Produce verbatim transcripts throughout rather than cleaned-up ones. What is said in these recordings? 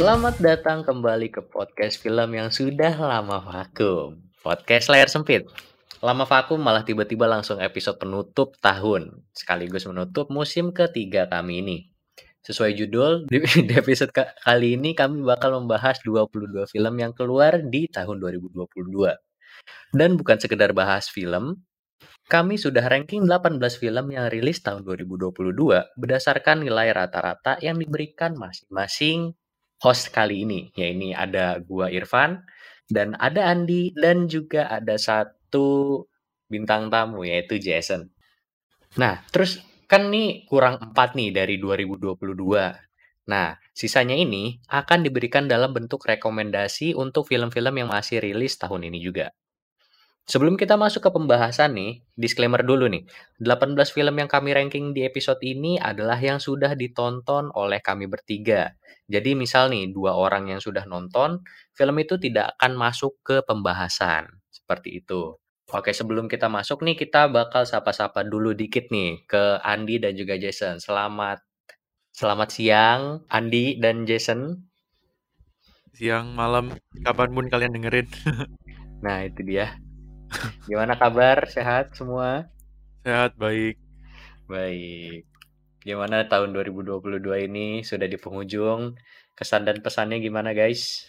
Selamat datang kembali ke podcast film yang sudah lama vakum. Podcast layar sempit. Lama vakum malah tiba-tiba langsung episode penutup tahun, sekaligus menutup musim ketiga kami ini. Sesuai judul, di, di episode ka- kali ini kami bakal membahas dua puluh dua film yang keluar di tahun dua ribu dua puluh dua. Dan bukan sekedar bahas film, kami sudah ranking delapan belas film yang rilis tahun dua ribu dua puluh dua berdasarkan nilai rata-rata yang diberikan masing-masing host kali ini. Ya ini ada gua Irfan, dan ada Andi, dan juga ada satu bintang tamu yaitu Jason. Nah, terus kan nih kurang empat nih dari dua ribu dua puluh dua. Nah, sisanya ini akan diberikan dalam bentuk rekomendasi untuk film-film yang masih rilis tahun ini juga. Sebelum kita masuk ke pembahasan nih, disclaimer dulu nih. delapan belas film yang kami ranking di episode ini adalah yang sudah ditonton oleh kami bertiga. Jadi misal nih, dua orang yang sudah nonton, film itu tidak akan masuk ke pembahasan. Seperti itu. Oke, sebelum kita masuk nih, kita bakal sapa-sapa dulu dikit nih ke Andi dan juga Jason. Selamat selamat siang, Andi dan Jason. Siang, malam, kapanpun kalian dengerin. Nah, itu dia. Gimana kabar? Sehat semua? Sehat, baik. Baik. Gimana tahun dua ribu dua puluh dua ini sudah di penghujung. Kesan dan pesannya gimana, guys?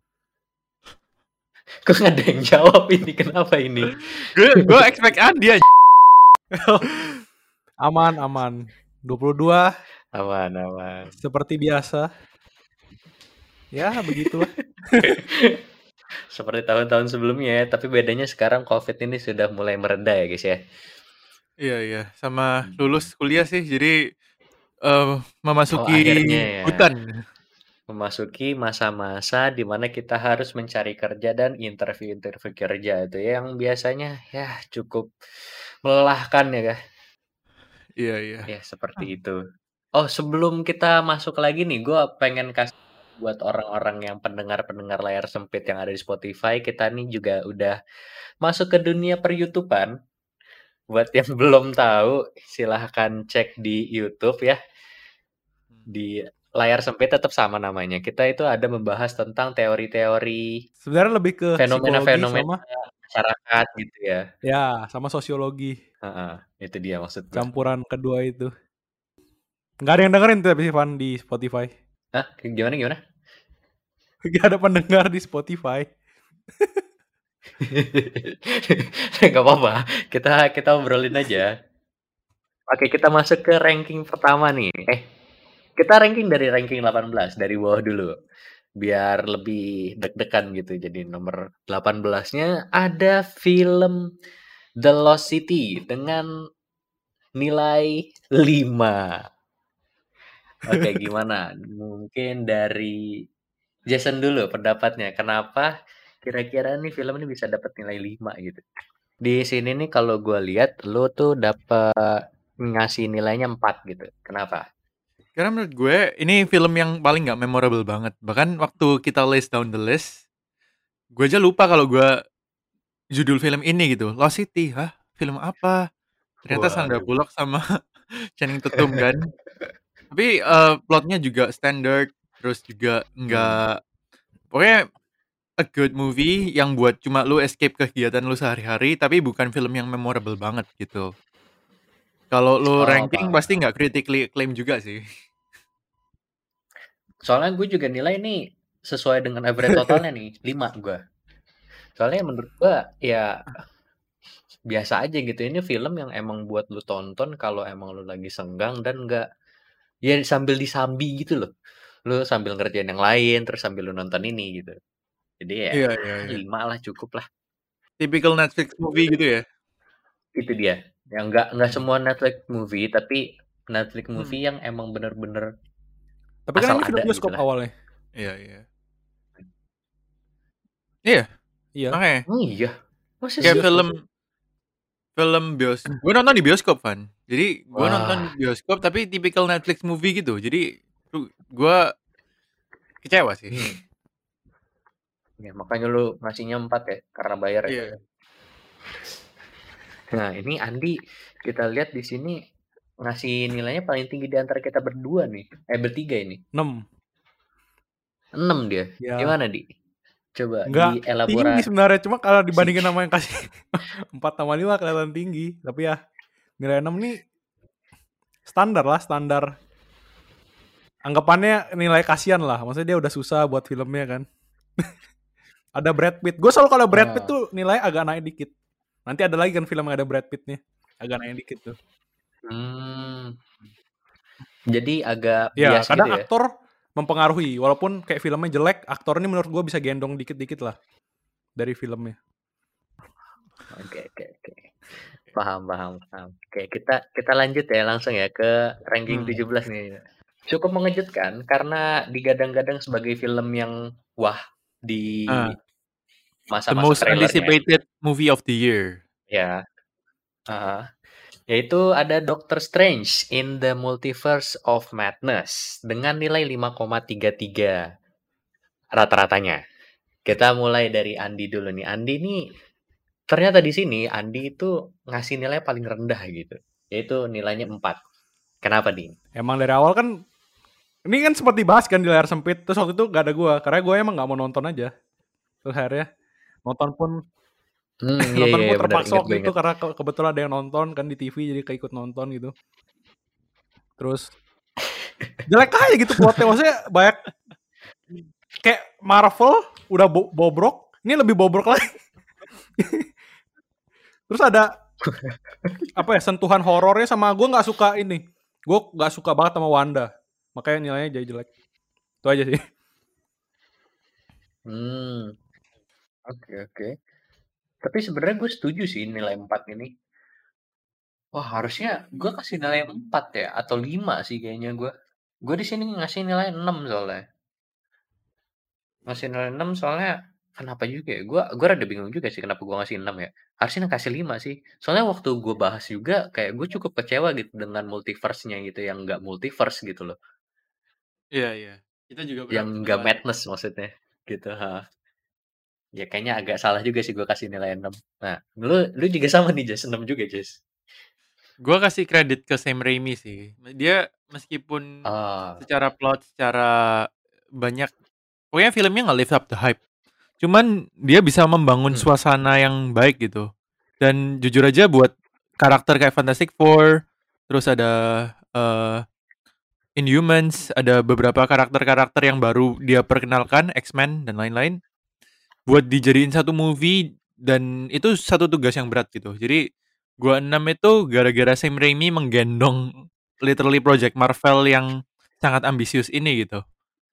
Kok nggak ada yang jawab ini? Kenapa ini? Gue gue expect Andi aja. Aman, aman. dua puluh dua Aman, aman. seperti biasa. Ya, begitulah. Seperti tahun-tahun sebelumnya, tapi bedanya sekarang COVID ini sudah mulai mereda ya, guys ya. Iya, iya. Sama lulus kuliah sih, jadi uh, Oh, memasuki akhirnya ya. hutan. Memasuki masa-masa di mana kita harus mencari kerja dan interview-interview kerja itu ya, yang biasanya ya cukup melelahkan ya, kah? Iya, iya. Ya, seperti itu. Oh, sebelum kita masuk lagi nih, gue pengen kasih buat orang-orang yang pendengar-pendengar layar sempit yang ada di Spotify, kita nih juga udah masuk ke dunia per-YouTubean. Buat yang belum tahu, silahkan cek di YouTube ya. Di layar sempit tetap sama namanya. Kita itu ada membahas tentang teori-teori, Sebenarnya lebih ke psikologi fenomena-fenomena sama masyarakat gitu ya. ya, sama sosiologi. Heeh, itu dia maksud gue. Campuran kedua itu. Nggak ada yang dengerin tuh tapi Van di Spotify. Hah? Gimana gimana? Nggak ada pendengar di Spotify. Gak apa-apa, kita kita obrolin aja. Oke, kita masuk ke ranking pertama nih. Eh, kita ranking dari ranking delapan belas, dari bawah dulu. Biar lebih deg-degan gitu. Jadi nomor delapan belas-nya ada film The Lost City dengan nilai lima. Oke, gimana? Mungkin dari Jason dulu pendapatnya. Kenapa kira-kira nih film ini bisa dapat nilai lima gitu? Di sini nih kalau gue lihat lu tuh dapat ngasih nilainya empat gitu. Kenapa? Karena menurut gue ini film yang paling nggak memorable banget. Bahkan waktu kita list down the list, gue aja lupa kalau gue judul film ini gitu. Lost City, hah? Film apa? Ternyata Sandra Waduh. Bullock sama Channing Tatum kan. Tapi uh, plotnya juga standard, terus juga nggak, pokoknya a good movie yang buat cuma lu escape kegiatan lu sehari-hari, tapi bukan film yang memorable banget gitu. Kalau lu Oh, ranking apa? pasti nggak critically acclaim juga sih. Soalnya gue juga nilai nih sesuai dengan average totalnya nih lima gue. Soalnya menurut gue ya biasa aja gitu. Ini film yang emang buat lu tonton kalau emang lu lagi senggang dan nggak ya sambil disambi gitu loh. Lu sambil ngerjain yang lain terus sambil lu nonton ini gitu. Jadi ya Iya, iya, iya. lima lah cukup lah. Typical Netflix movie gitu ya. Itu dia. Yang nggak nggak Hmm. semua Netflix movie tapi Netflix Hmm. movie yang emang bener-bener Tapi kan asal ini film ada bioskop gitu lah. awalnya. Iya, iya. Iya. Iya. Oke. Oh iya. Masa Kayak sih? film film bios. Gue nonton di bioskop kan. Jadi gue nonton di Wah, bioskop tapi typical Netflix movie gitu. Jadi gue kecewa sih. hmm. Ya, makanya lu ngasihnya empat ya karena bayar ya. Iya. Nah, ini Andi kita lihat di sini ngasih nilainya paling tinggi di antara kita berdua nih. Eh bertiga ini. enam. enam dia. Ya. Gimana, Di? Coba Nggak tinggi dielaborasi. sebenarnya, cuma kalau dibandingin sama yang kasih empat sama lima kelihatan tinggi. Tapi ya nilai enam nih standar lah, standar. Anggapannya nilai kasihan lah. Maksudnya dia udah susah buat filmnya kan. Ada Brad Pitt. Gue selalu kalau Brad Pitt Ah. tuh nilai agak naik dikit. Nanti ada lagi kan film yang ada Brad Pitt-nya. Agak naik dikit tuh. Hmm. Jadi agak Ya, bias kadang gitu ya. aktor mempengaruhi. Walaupun kayak filmnya jelek, aktor ini menurut gue bisa gendong dikit-dikit lah dari filmnya. Oke, oke, oke. Paham, paham, paham. Oke, kita kita lanjut ya langsung ya ke ranking Hmm. tujuh belas nih. Cukup mengejutkan karena digadang-gadang sebagai film yang wah di Ah. The masa-masa most trailernya. anticipated movie of the year. Ya. Uh, yaitu ada Doctor Strange in the Multiverse of Madness dengan nilai lima koma tiga tiga rata-ratanya. Kita mulai dari Andi dulu nih. Andi nih ternyata di sini Andi itu ngasih nilai paling rendah gitu. Yaitu nilainya empat. Kenapa, Di? Emang dari awal kan ini kan sempat dibahas kan di layar sempit. Terus waktu itu gak ada gue. Karena gue emang gak mau nonton aja. Terus akhirnya nonton pun Hmm, iya, nonton iya, pun benar, terpaksa ingat, waktu itu ingat. karena ke- kebetulan ada yang nonton kan di T V, jadi keikut nonton gitu. Terus jelek aja gitu plotnya, maksudnya banyak kayak Marvel udah bo- bobrok, ini lebih bobrok lagi. Terus ada apa ya, sentuhan horornya, sama gue nggak suka ini, gue nggak suka banget sama Wanda, makanya nilainya jadi jelek. Itu aja sih. Hmm. Oke, oke. Tapi sebenarnya gue setuju sih nilai empat ini. Wah, harusnya gue kasih nilai empat ya atau lima sih kayaknya gue. Gue di sini ngasih nilai enam soalnya. Ngasih nilai enam soalnya kenapa juga ya? Gue gue rada bingung juga sih kenapa gue ngasih enam ya. Harusnya kasih lima sih. Soalnya waktu gue bahas juga kayak gue cukup kecewa gitu dengan multiverse-nya gitu yang enggak multiverse gitu loh. Iya, iya. Kita juga Yang benar enggak kecewa. madness maksudnya gitu, ha. Ya kayaknya agak salah juga sih gue kasih nilai enam. Nah, lu lu juga sama nih, Jas, enam juga, Jas. Gue kasih kredit ke Sam Raimi sih. Dia meskipun Ah. secara plot, secara banyak, pokoknya filmnya nggak live up the hype. Cuman dia bisa membangun Hmm. suasana yang baik gitu. Dan jujur aja buat karakter kayak Fantastic Four, terus ada uh, Inhumans, ada beberapa karakter-karakter yang baru dia perkenalkan, X-Men dan lain-lain, buat dijadiin satu movie, dan itu satu tugas yang berat gitu. Jadi gua enam itu gara-gara Sam Raimi menggendong literally project Marvel yang sangat ambisius ini gitu.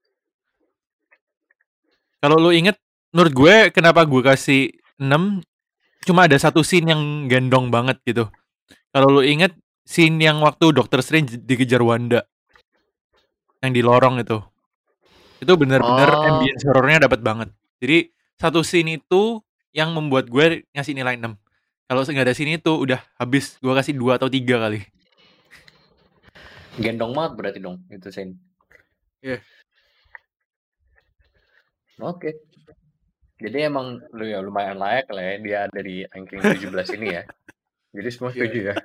Kalau lu inget, menurut gue kenapa gue kasih enam, cuma ada satu scene yang gendong banget gitu. Kalau lu inget scene yang waktu Doctor Strange dikejar Wanda, yang di lorong itu. Itu benar-benar Oh. ambience horornya dapat banget. Jadi satu scene itu yang membuat gue ngasih nilai enam. Kalau nggak ada scene itu udah habis, gue kasih dua atau tiga kali. Gendong banget berarti dong itu scene. Iya. Oke. Jadi emang lu ya lumayan layak lah ya dia ada di ranking tujuh belas ini ya. Jadi semua Iya, setuju iya. ya.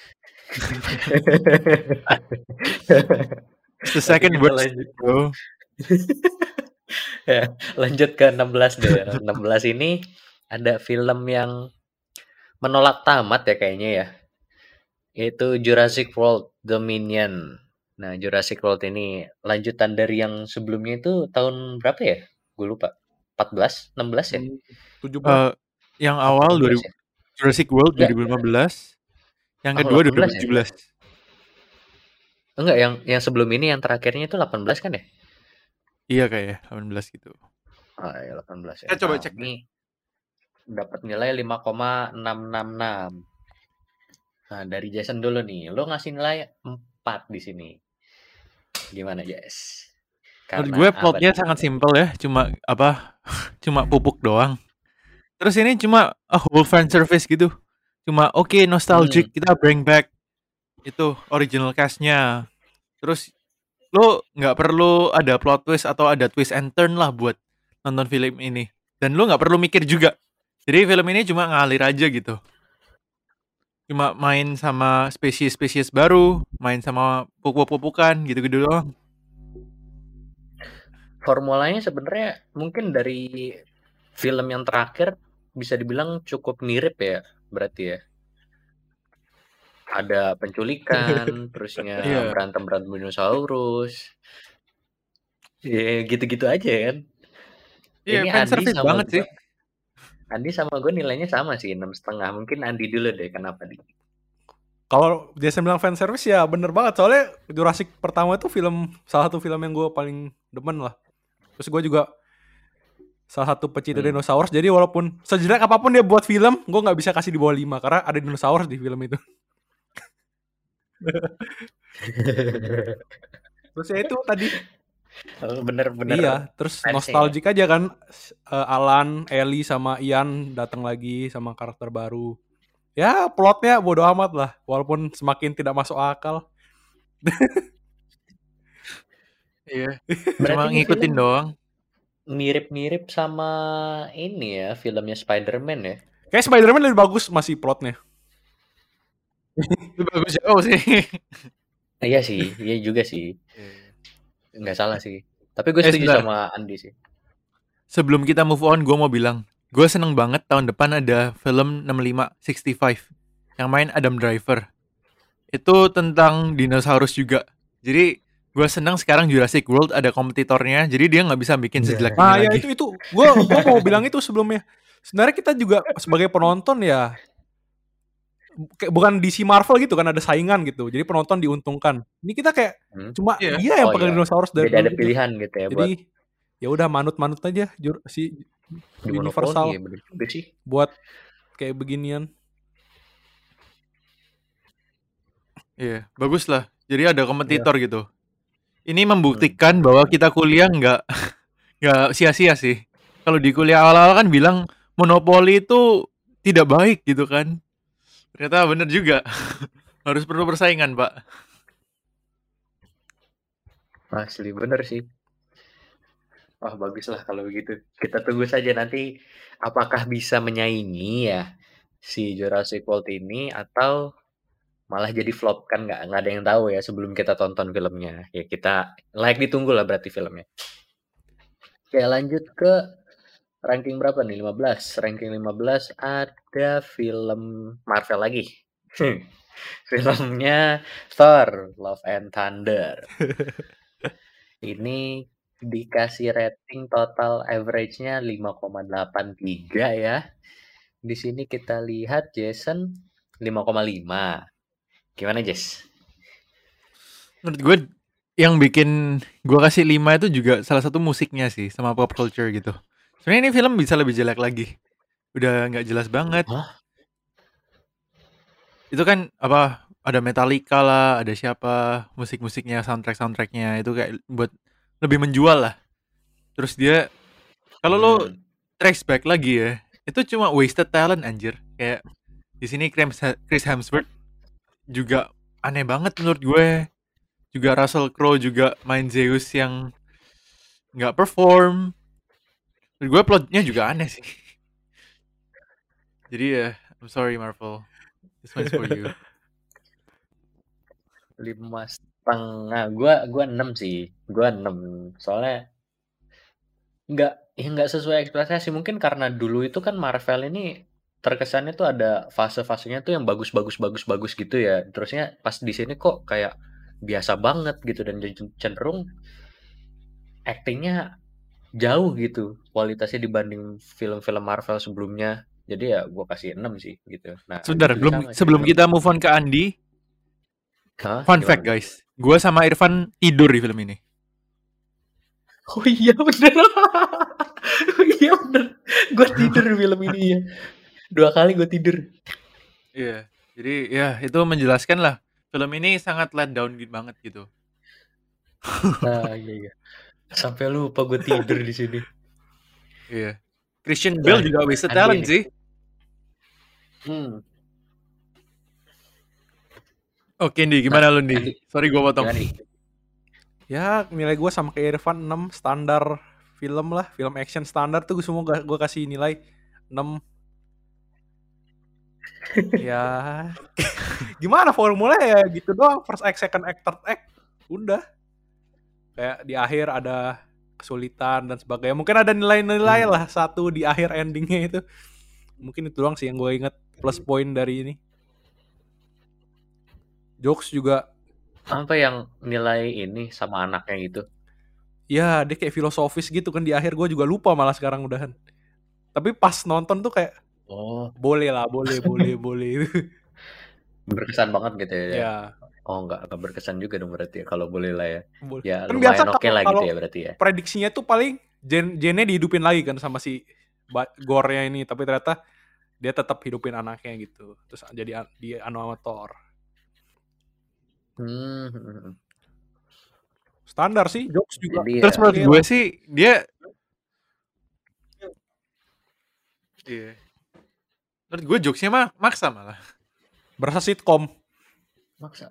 It's the Oke, second kita worst, lanjut. bro. Ya, lanjut ke enam belas deh. enam belas ini ada film yang menolak tamat ya kayaknya ya. Yaitu Jurassic World Dominion. Nah, Jurassic World ini lanjutan dari yang sebelumnya itu tahun berapa ya? Gue lupa. empat belas, enam belas ya? tujuh belas. Uh, yang Apa awal enam belas ya? Jurassic World Enggak. dua ribu lima belas, yang Oh, kedua delapan belas ya? dua ribu tujuh belas. Enggak, yang yang sebelum ini yang terakhirnya itu delapan belas kan ya? Iya kayaknya delapan belas gitu. Ah, ya delapan belas ya. Kita coba Nah, cek ini dapat nilai lima koma enam enam enam. Nah, dari Jason dulu nih. Lo ngasih nilai empat di sini. Gimana, Jess? Menurut gue plotnya sangat simpel ya, cuma apa? Cuma pupuk doang. Terus ini cuma a whole fan service gitu. Cuma oke okay, nostalgic, hmm. kita bring back itu original cast-nya. Terus lo nggak perlu ada plot twist atau ada twist and turn lah buat nonton film ini. Dan lo nggak perlu mikir juga. Jadi film ini cuma ngalir aja gitu. Cuma main sama spesies-spesies baru, main sama pupuk-pupukan gitu-gitu doang. formulanya sebenarnya mungkin dari film yang terakhir bisa dibilang cukup mirip ya, berarti ya. Ada penculikan, terusnya Iya. berantem-berantem dinosaurus. Ya gitu-gitu aja kan. Iya, Ini fan Andi service sama banget sih. gua Andi sama gue nilainya sama sih, enam setengah. Mungkin Andi dulu deh, kenapa Di? Kalau Jason bilang fan service ya bener banget. Soalnya Jurassic pertama itu film salah satu film yang gue paling demen lah. Terus gue juga salah satu pecinta Hmm. dinosaurus. Jadi walaupun sejelek apapun dia buat film, gue nggak bisa kasih di bawah lima karena ada dinosaurus di film itu. Terus ya itu tadi. Oh, bener-bener Iya, terus fansnya ya. nostalgic aja kan. Eh, Alan, Ellie sama Ian datang lagi sama karakter baru. Ya plotnya bodo amat lah, walaupun semakin tidak masuk akal. Iya. Berarti Cuma ini ngikutin film doang. mirip-mirip sama ini ya, filmnya Spider-Man ya. Kayak Spider-Man lebih bagus masih plotnya. Itu bagus jauh sih. Iya sih, iya juga sih. Nggak salah sih. Tapi gue Eh, setuju sebentar. sama Andi sih. Sebelum kita move on, gue mau bilang, gue seneng banget tahun depan ada film enam puluh lima, enam puluh lima yang main Adam Driver. Itu tentang dinosaurus juga. Jadi gue seneng sekarang Jurassic World ada kompetitornya, jadi dia nggak bisa bikin sejelek ini Nah ya lagi. itu itu, gue gue mau bilang itu sebelumnya. Sebenarnya kita juga sebagai penonton ya, kayak bukan D C Marvel gitu kan, ada saingan gitu. Jadi penonton diuntungkan. Ini kita kayak Hmm? cuma Iya. dia yang Oh pegang iya, dinosaurus dari beda ada dulu gitu. pilihan gitu ya buat Jadi ya udah manut-manut aja jur- si di monopoli. Universal Ya bener juga sih. buat kayak beginian. Iya, bagus lah. Jadi ada kompetitor Iya. gitu. Ini membuktikan bahwa kita kuliah nggak nggak sia-sia sih. Kalau di kuliah awal-awal kan bilang monopoli itu tidak baik gitu kan. Ternyata bener juga. Harus perlu persaingan, Pak. Asli bener sih. Wah bagus lah kalau begitu. Kita tunggu saja nanti apakah bisa menyaingi ya si Jurassic World ini atau malah jadi flop, kan nggak nggak ada yang tahu ya sebelum kita tonton filmnya. Ya kita like ditunggu lah berarti filmnya. Oke, lanjut ke ranking berapa nih? lima belas. Ranking lima belas ada film Marvel lagi. Filmnya Thor Love and Thunder. Ini dikasih rating total average-nya lima koma delapan tiga ya. Di sini kita lihat Jason lima koma lima. Gimana, Jess? Menurut gue yang bikin gue kasih lima itu juga salah satu musiknya sih sama pop culture gitu. Sebenarnya ini film bisa lebih jelek lagi. Udah nggak jelas banget. Hah? Itu kan apa ada Metallica lah, ada siapa, musik-musiknya, soundtrack-soundtracknya itu kayak buat lebih menjual lah. Terus dia kalau lo Hmm. trace back lagi ya, itu cuma wasted talent anjir. Kayak di sini Chris Chris Hemsworth juga aneh banget menurut gue. Juga Russell Crowe juga main Zeus yang nggak perform. Menurut gue plotnya juga aneh sih. Jadi ya, I'm sorry Marvel. This one's for you. Lima setengah. Gua gua enam sih. Gua enam. Soalnya nggak ya nggak sesuai ekspektasi. Mungkin karena dulu itu kan Marvel ini terkesannya tuh ada fase-fasenya tuh yang bagus-bagus bagus-bagus gitu ya. Terusnya pas di sini kok kayak biasa banget gitu dan cenderung actingnya jauh gitu kualitasnya dibanding film-film Marvel sebelumnya. Jadi ya gue kasih enam sih gitu. Nah, Sebentar, Andi juga belum sama sih. sebelum kita move on ke Andi, Hah? fun Gimana? fact guys, gue sama Irfan tidur di film ini. Oh iya bener. Oh iya bener. Gue tidur di film ini ya. Dua kali gue tidur. Iya, jadi ya itu menjelaskan lah film ini sangat let down banget gitu. Nah iya iya. Sampai lupa gue tidur di sini. Iya. Christian Bale Nah, juga wasted Andi talent nih. sih. Hmm. Oke Ndi, gimana Nah, lu Ndi? Andi. Sorry gue potong. Gimana, Di? Ya nilai gue sama kayak Irfan enam, standar film lah, film action standar tuh semua gue kasih nilai enam. Ya gimana formulanya ya gitu doang, first act, second act, third act, udah. Kayak di akhir ada kesulitan dan sebagainya. Mungkin ada nilai-nilai lah satu di akhir endingnya itu. Mungkin itu doang sih yang gue inget plus poin dari ini. Jokes juga. Apa yang nilai ini sama anaknya gitu? Ya dia kayak filosofis gitu kan di akhir, gue juga lupa malah sekarang udahan. Tapi pas nonton tuh kayak Oh, boleh lah, boleh, boleh, boleh. berkesan banget gitu ya. Ya. Oh enggak, enggak berkesan juga dong berarti ya kalau boleh lah ya. Boleh. Ya Kan biasa lumayan oke kalau- lah gitu kalau ya berarti ya. Prediksinya tuh paling Jen Jennya dihidupin lagi kan sama si ba- Gore-nya ini, tapi ternyata dia tetap hidupin anaknya gitu. Terus jadi an- dia anu sama Thor. Hmm. Standar sih, jokes juga. Jadi Terus ya, menurut Oke gue lah. sih dia Iya. Menurut gue jokesnya mah maksa malah. Berasa sitkom. maksa.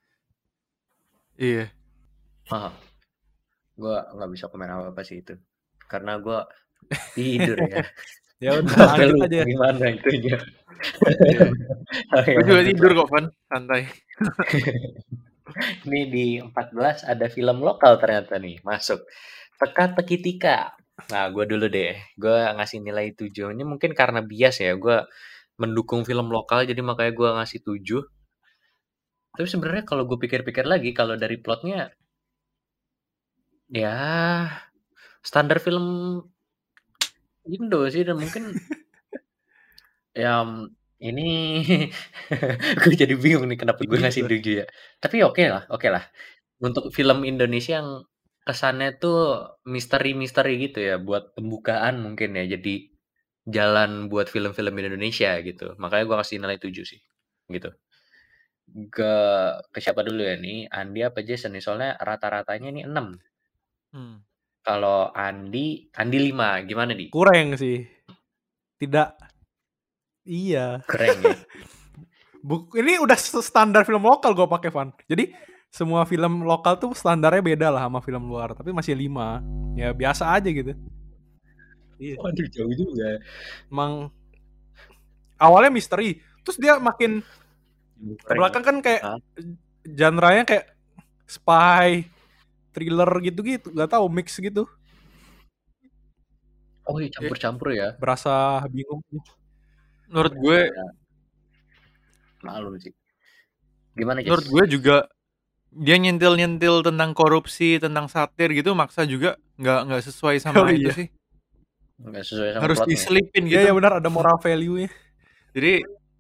Iya. Ah, gue nggak bisa komen apa apa sih itu, karena gue tidur ya. Ya udah Sampai lanjut lupa aja. gimana itunya. Iya. Oke, Gue juga lanjut tidur lah. kok, Van. Santai. Ini di empat belas ada film lokal ternyata nih masuk. Teka-teki Tika. Nah, gue dulu deh. Gue ngasih nilai tujuh. Ini mungkin karena bias ya. Gue mendukung film lokal jadi makanya gue ngasih tujuh. Tapi sebenarnya kalau gue pikir-pikir lagi, kalau dari plotnya ya standar film Indo sih, dan mungkin ya ini gue jadi bingung nih kenapa gue ngasih tujuh ya. Tapi oke lah, oke lah. Untuk film Indonesia yang kesannya tuh misteri-misteri gitu ya, buat pembukaan mungkin ya, jadi jalan buat film-film Indonesia gitu. Makanya gue kasih nilai tujuh sih, gitu. Ke, ke siapa dulu ya nih? Andi apa Jason nih? Soalnya rata-ratanya nih enam. Hmm. Kalau Andi, Andi lima. Gimana di? Kurang sih. Tidak. Iya. Keren ya. Buk, ini udah standar film lokal gue pakai, Van. Jadi semua film lokal tuh standarnya beda lah sama film luar, tapi masih lima. Ya biasa aja gitu. Iya. Waduh, jauh juga. Emang awalnya misteri, terus dia makin ke Keren. belakang kan kayak Hah? genre-nya kayak spy, thriller gitu-gitu, nggak tahu mix gitu. Oh iya, campur-campur ya. Berasa bingung. Menurut gue, Malu sih. Gimana Jess? menurut gue juga dia nyentil-nyentil tentang korupsi, tentang satir gitu maksa juga nggak nggak sesuai sama Oh, itu iya. sih. Nggak sesuai sama Harus plotnya. diselipin gitu. Iya ya benar, ada moral value-nya. Jadi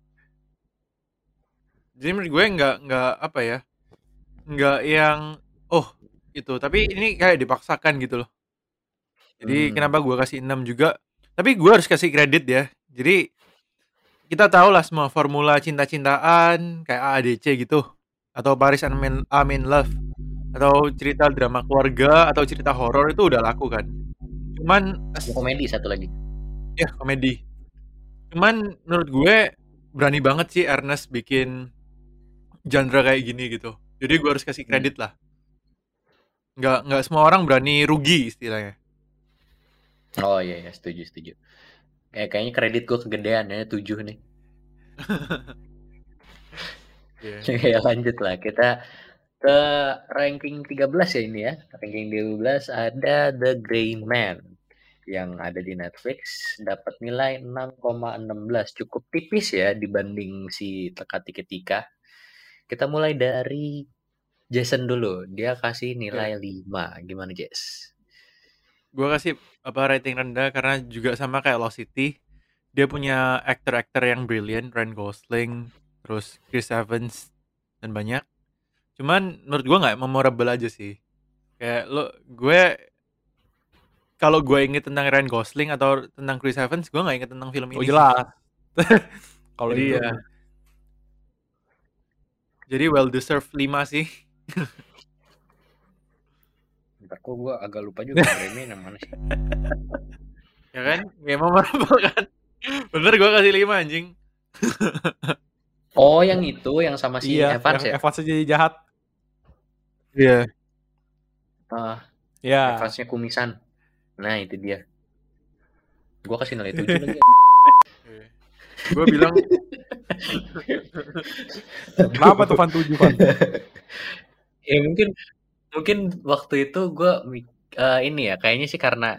jadi menurut gue nggak nggak apa ya, nggak yang oh itu, tapi ini kayak dipaksakan gitu loh. Jadi Hmm. kenapa gue kasih enam juga? Tapi gue harus kasih kredit ya. Jadi kita tahu lah semua formula cinta-cintaan kayak A A D C gitu, atau Paris I'm in, I'm in Love, atau cerita drama keluarga atau cerita horor itu udah laku kan. Cuman Komedi satu lagi. ya komedi. Cuman menurut gue berani banget sih Ernest bikin genre kayak gini gitu. Jadi gue harus kasih kredit lah. Nggak nggak semua orang berani rugi istilahnya. Oh iya, iya, setuju, setuju. Kayak kayaknya kredit gue kegedean ya, tujuh nih. Yeah. Ya lanjut lah, kita ke ranking tiga belas ya ini ya. Ranking tiga belas ada The Gray Man yang ada di Netflix, dapat nilai enam koma enam belas, cukup tipis ya dibanding si Teka-Teki Tika. Kita mulai dari Jason dulu, dia kasih nilai lima. Gimana Jess? Gue kasih apa rating rendah karena juga sama kayak Lost City. Dia punya aktor-aktor yang brilliant, Ryan Gosling, terus Chris Evans dan banyak. Cuman menurut gue nggak memorable aja sih. Kayak lo, gue kalau gue inget tentang Ryan Gosling atau tentang Chris Evans, gue nggak inget tentang film ini. Oh jelas. Kalau Jadi itu ya. Jadi well deserved lima sih. Bentar, kok gue agak lupa juga Gray yang mana sih? Ya kan? Ya memorable kan? Bener gue kasih lima anjing. Oh yang itu, yang sama si iya, Evans yang ya? Evans jadi jahat. Iya. Ah, Ya. Evansnya kumisan. Nah itu dia. Gue kasih nilai tujuh lagi. Gue bilang Kenapa tuh Van tujuh Van? Ya mungkin mungkin waktu itu gue uh, ini ya kayaknya sih karena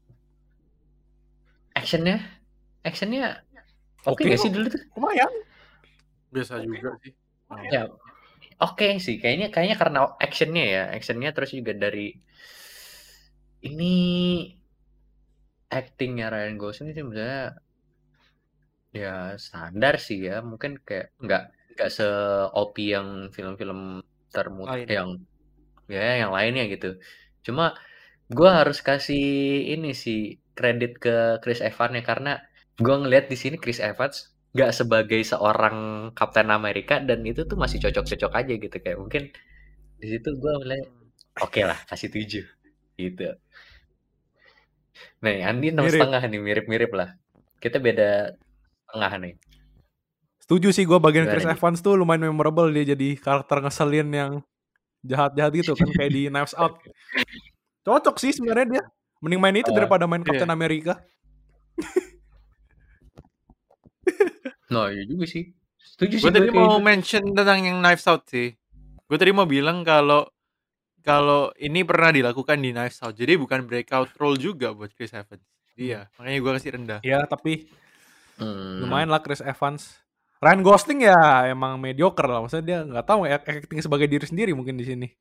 actionnya actionnya oke Oke nggak sih kok. dulu tuh? Lumayan. Biasa juga sih. Oh. Ya oke sih kayaknya kayaknya karena actionnya ya actionnya terus juga dari ini actingnya Ryan Gosling sih sebenarnya ya standar sih ya mungkin kayak nggak nggak se-O P yang film-film termut Lain. yang ya yang lainnya gitu. Cuma gue harus kasih ini sih kredit ke Chris Evans ya karena gue ngelihat di sini Chris Evans nggak sebagai seorang Captain America dan itu tuh masih cocok-cocok aja gitu kayak mungkin di situ gue ngeliat oke lah kasih tujuh gitu. Nih Andi enam Mirip. setengah nih mirip-mirip lah. Kita beda tengah nih. Setuju sih gue bagian Gimana Chris nih? Evans tuh lumayan memorable, dia jadi karakter ngeselin yang jahat-jahat gitu kan kayak di Knives Out. Cocok sih sebenarnya dia. Mending main itu Uh, daripada main iya. Captain America. Nah iya juga sih. Setuju sih Gue tadi gue kayak mau gitu. mention tentang yang Knives Out sih. Gue tadi mau bilang kalau kalau ini pernah dilakukan di Knives Out. Jadi bukan breakout role juga buat Chris Evans. Iya, Hmm. makanya gue kasih rendah. Ya tapi Hmm. lumayan lah Chris Evans. Ryan Gosling ya emang mediocre lah. Maksudnya dia nggak tahu ya acting sebagai diri sendiri mungkin di sini.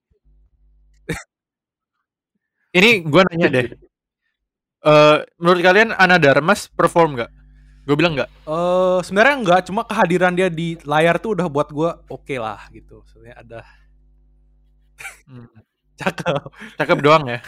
Ini gue nanya deh. Uh, menurut kalian Ana Darmas perform nggak? Gue bilang nggak. Uh, sebenarnya nggak, cuma kehadiran dia di layar tuh udah buat gue oke okay lah gitu. Sebenarnya ada Hmm. cakep. Cakep doang ya.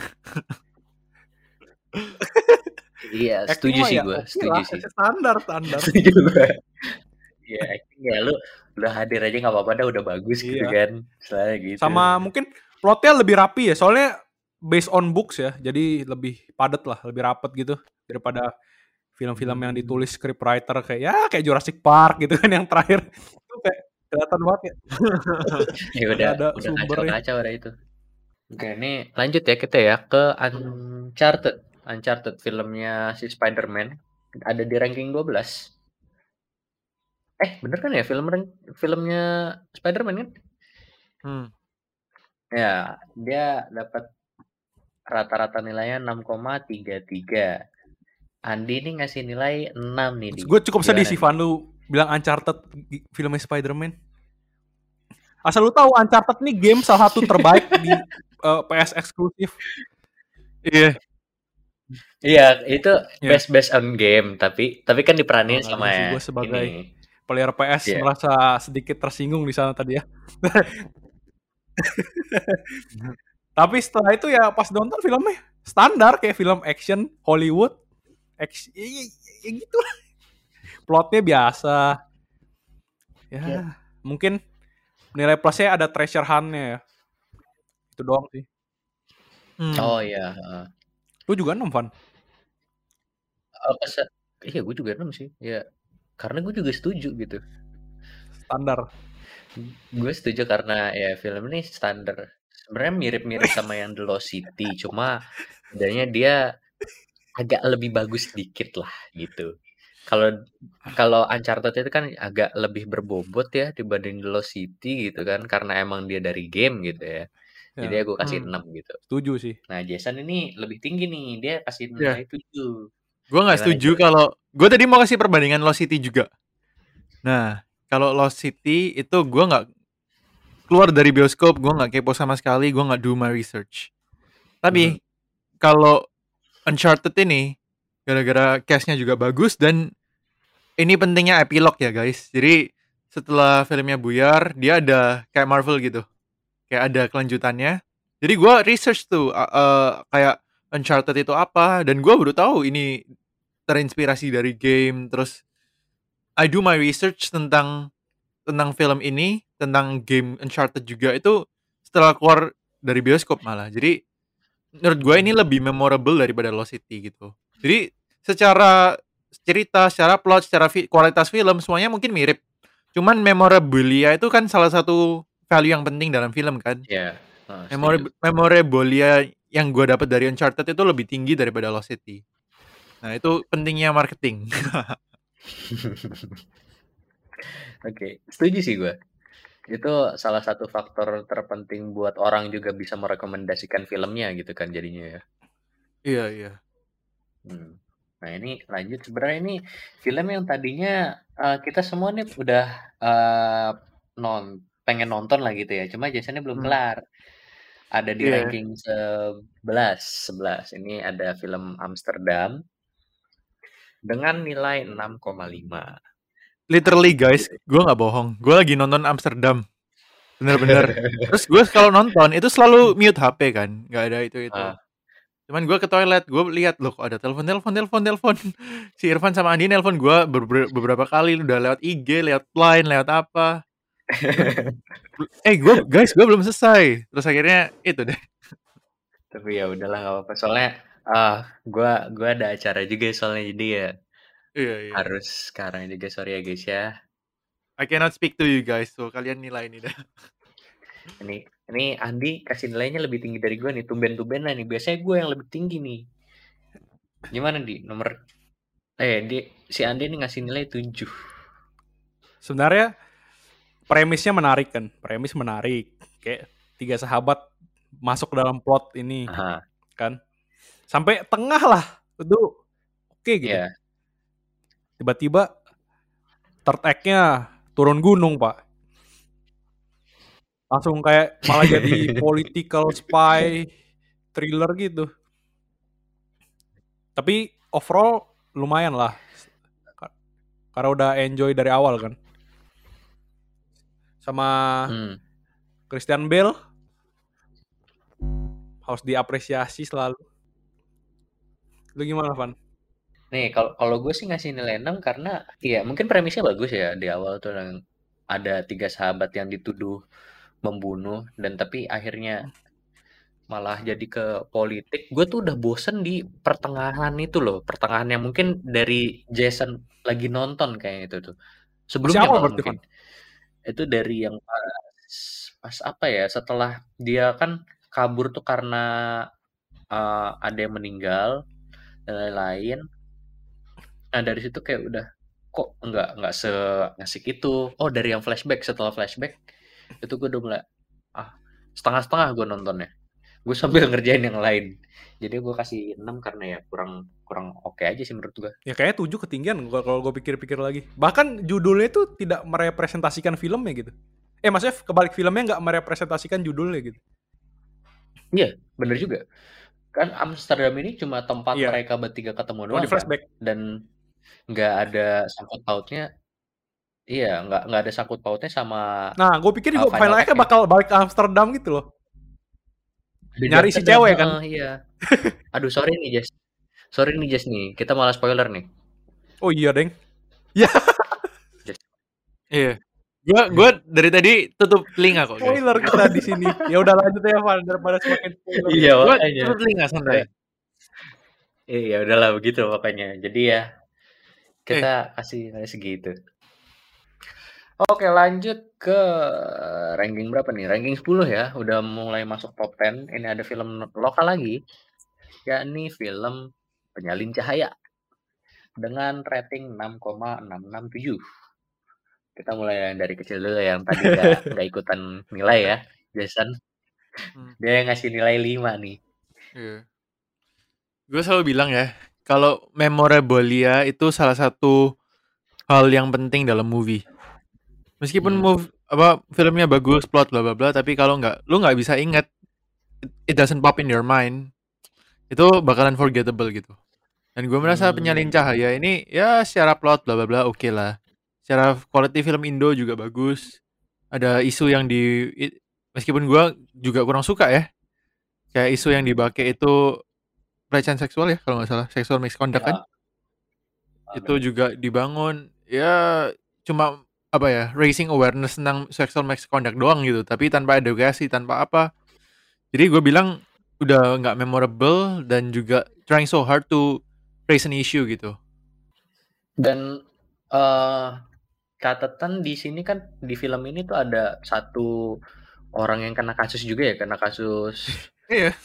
Iya, Acting setuju mah sih ya gue, oke setuju lah, sih. standar standar. Setuju gue. Iya, acting ya lu udah hadir aja nggak apa-apa dah udah bagus gitu Iya. kan. Selain gitu. Sama mungkin plotnya lebih rapi ya, soalnya based on books ya, jadi lebih padat lah, lebih rapet gitu daripada film-film yang ditulis scriptwriter kayak ya kayak Jurassic Park gitu kan yang terakhir itu kayak kelihatan banget ya. Ya udah ada udah sumbernya. kacau-kacau ada itu. Oke, ini lanjut ya kita ya ke Uncharted. Uncharted filmnya si Spider-Man ada di ranking dua belas. Eh, bener kan ya film filmnya Spider-Man kan? Hmm. Ya, dia dapat rata-rata nilainya enam koma tiga tiga. Andi ini ngasih nilai enam nih. Gue cukup sedih Gimana sih nih? Van lu bilang Uncharted filmnya Spider-Man. Asal lu tahu Uncharted nih game salah satu terbaik di uh, P S eksklusif. Iya. Iya, itu Yeah. best based on game, tapi tapi kan diperanin Oh, sama sih gue sebagai ini. player P S Yeah. merasa sedikit tersinggung di sana tadi ya. Tapi setelah itu ya pas nonton filmnya standar kayak film action Hollywood. Action, ya, ya gitu lah. Plotnya biasa. Ya, Yeah. mungkin nilai plusnya ada treasure hunt-nya ya. Itu doang sih. Hmm. Oh iya. Uh. Lu juga enam, Van? Oh, kesa- iya, gue juga enam sih. Ya, karena gue juga setuju gitu. Standar. Gue setuju karena ya film ini standar. Sebenarnya mirip-mirip sama yang The Lost City, cuma bedanya dia agak lebih bagus sedikit lah gitu. Kalau kalau Uncharted itu kan agak lebih berbobot ya dibanding The Lost City gitu kan karena emang dia dari game gitu ya. Ya. Jadi aku kasih Hmm. enam gitu. Setuju sih. Nah, Jason ini lebih tinggi nih. Dia kasih Yeah. nilai tujuh. Gue nggak Gimana setuju itu? kalau gue tadi mau kasih perbandingan Lost City juga. Nah, kalau Lost City itu gue nggak keluar dari bioskop, gue nggak kepo sama sekali, gue nggak do my research. Tapi Mhm. kalau Uncharted ini gara-gara cast-nya juga bagus dan ini pentingnya epilog ya guys. Jadi setelah filmnya buyar, dia ada kayak Marvel gitu, kayak ada kelanjutannya. Jadi gue research tuh uh, uh, kayak Uncharted itu apa, dan gue baru tahu ini terinspirasi dari game. Terus I do my research tentang tentang film ini, tentang game Uncharted juga itu setelah keluar dari bioskop malah. Jadi menurut gue ini lebih memorable daripada Lost City gitu. Jadi secara cerita, secara plot, secara fi- kualitas film semuanya mungkin mirip. Cuman memorabilia itu kan salah satu value yang penting dalam film kan. Ya, uh, Memori- memorabilia yang gue dapat dari Uncharted itu lebih tinggi daripada Lost City. Nah itu pentingnya marketing. Oke, okay. Setuju sih gue. Itu salah satu faktor terpenting buat orang juga bisa merekomendasikan filmnya gitu kan jadinya ya. Iya, iya. Hmm. Nah ini lanjut, sebenarnya ini film yang tadinya uh, kita semua nih udah uh, non pengen nonton lah gitu ya, cuma Jasonnya belum Hmm. kelar. Ada di Iya. ranking sebelas, sebelas. Ini ada film Amsterdam dengan nilai enam koma lima. Literally Anjing, guys, gitu. gue nggak bohong. Gue lagi nonton Amsterdam, bener-bener. Terus gue kalau nonton itu selalu mute H P kan, nggak ada itu itu. Ah. Cuman gue ke toilet, gue lihat loh kok ada telepon, telepon, telepon, telepon. Si Irfan sama Andi nelpon gue ber- beberapa kali, udah lewat I G, lewat Line, lewat apa. Eh gue guys, gue belum selesai. Terus akhirnya itu deh. Tapi ya udahlah nggak apa-apa. Soalnya ah gua gua ada acara juga soalnya jadi ya Iya, iya. harus sekarang juga, sorry ya guys ya. I cannot speak to you guys, so kalian nilai ini dah. Ini ini Andi kasih nilainya lebih tinggi dari gue nih, tumben-tumben nih. Biasanya gue yang lebih tinggi nih. Gimana di nomor eh di si Andi nih ngasih nilai tujuh. Sebenarnya premisnya menarik kan, premis menarik. Kayak tiga sahabat masuk ke dalam plot ini, Aha. kan. Sampai tengah lah, itu oke gitu. Yeah. Tiba-tiba third act-nya turun gunung, Pak. Langsung kayak malah jadi political spy thriller gitu. Tapi overall lumayan lah. Karena udah enjoy dari awal kan. Sama Hmm. Christian Bale harus diapresiasi selalu. Lu gimana, Van? Nih, kalau kalau gue sih ngasih nilai enam karena ya mungkin premisnya bagus ya di awal tuh yang ada tiga sahabat yang dituduh membunuh dan tapi akhirnya malah jadi ke politik. Gue tuh udah bosen di pertengahan itu loh, pertengahan yang mungkin dari Jason lagi nonton kayak itu tuh. Sebelumnya awal malah berarti, mungkin. Itu dari yang pas pas apa ya, setelah dia kan kabur tuh karena uh, ada yang meninggal dan lain-lain. Nah dari situ kayak udah kok nggak nggak se-asik itu. Oh dari yang flashback, setelah flashback itu gue udah mulai ah setengah-setengah gue nontonnya. Gue sambil ngerjain yang lain. Jadi gue kasih enam karena ya kurang kurang oke aja sih menurut gue. Ya kayaknya tujuh ketinggian kalau gue pikir-pikir lagi. Bahkan judulnya itu tidak merepresentasikan filmnya gitu. Eh maksudnya kebalik, filmnya nggak merepresentasikan judulnya gitu. Iya, bener juga. Kan Amsterdam ini cuma tempat Iya. mereka bertiga ketemu Cuma doang di flashback. kan? Dan nggak ada sangkut pautnya. Iya, nggak nggak ada sangkut pautnya sama. Nah, gue pikir juga uh, final act-nya bakal balik ke Amsterdam gitu loh. Di Nyari si Amsterdam, cewek kan? uh, iya. Aduh, sorry nih Jess. Sorry nih Jess nih. Kita malah spoiler nih. Oh iya, Deng. Ya. Iya. Gua gua dari tadi tutup telinga kok, guys. Spoiler kita di sini. Ya udah lanjut ya, Van, daripada semakin spoiler. Iya, Gua makanya. tutup telinga santai. Iya, udahlah begitu makanya. Jadi ya kita eh. kasih kasih segitu. Oke, lanjut ke ranking berapa nih? Ranking sepuluh ya. Udah mulai masuk top sepuluh. Ini ada film lokal lagi, yakni film Penyalin Cahaya dengan rating enam koma enam enam tujuh. Kita mulai dari kecil dulu yang tadi gak, gak ikutan nilai ya, Jason. Hmm. Dia ngasih nilai lima nih. Iya. Gue selalu bilang ya, kalau memorabilia itu salah satu hal yang penting dalam movie. Meskipun hmm. move, apa filmnya bagus, plot bla bla bla, tapi kalau nggak, lu nggak bisa ingat, it, it doesn't pop in your mind, itu bakalan forgettable gitu. Dan gue merasa hmm. Penyalin Cahaya ini ya secara plot bla bla bla oke okay lah. Secara quality film Indo juga bagus. Ada isu yang di, meskipun gue juga kurang suka ya, kayak isu yang dipakai itu pelecehan seksual ya kalau nggak salah, sexual misconduct ya. Kan ah, itu bener. Juga dibangun ya cuma apa ya, raising awareness tentang sexual misconduct doang gitu, tapi tanpa edukasi, tanpa apa. Jadi gue bilang udah nggak memorable dan juga trying so hard to raise an issue gitu. Dan uh, catatan di sini kan di film ini tuh ada satu orang yang kena kasus juga ya, kena kasus iya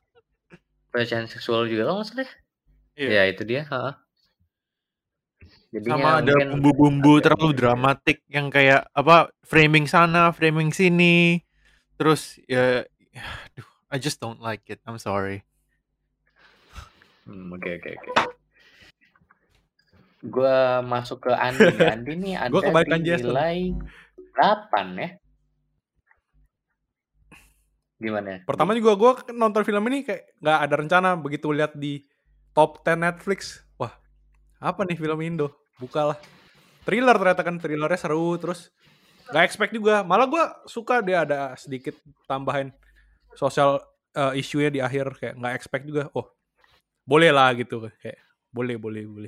pelecehan seksual juga loh nggak salah. Iya. Ya itu dia. Ha. Jadinya Sama ada mungkin bumbu-bumbu agak terlalu mirip ya. dramatik yang kayak apa framing sana, framing sini. Terus ya aduh, I just don't like it. I'm sorry. Hmm, oke oke oke. Gua masuk ke Andi nih. Andi nih Gua ada di kebalikan Jason. nilai delapan ya. Gimana? Pertama Di? juga gue nonton film ini kayak nggak ada rencana, begitu lihat di top sepuluh Netflix, wah apa nih film Indo, bukalah thriller, ternyata kan thrillernya seru, terus nggak expect juga, malah gue suka dia ada sedikit tambahan sosial uh, issue-nya di akhir, kayak nggak expect juga, oh boleh lah gitu, kayak boleh boleh boleh.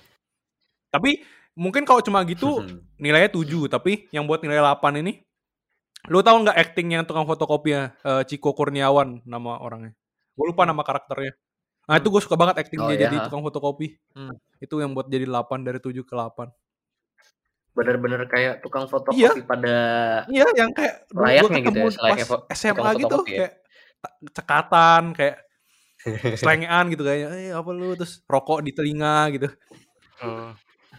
Tapi mungkin kalau cuma gitu nilainya tujuh, tapi yang buat nilai delapan ini, lu tahu nggak acting yang tukang fotokopinya, uh, Ciko Kurniawan nama orangnya, gue lupa Hmm. nama karakternya. Nah itu gue suka banget acting Oh, dia ya, jadi ha? tukang fotokopi. Hmm. Itu yang buat jadi delapan dari tujuh ke delapan. Bener-bener kayak tukang Iya. fotokopi pada Iya, yang kayak dulu gue layaknya gitu ketemu ya, pas selayaknya fo- S M tukang A gitu, fotokopi ya. kayak ta- cekatan, kayak selengean gitu kayaknya. Eh apa lu, terus rokok di telinga gitu. Oh.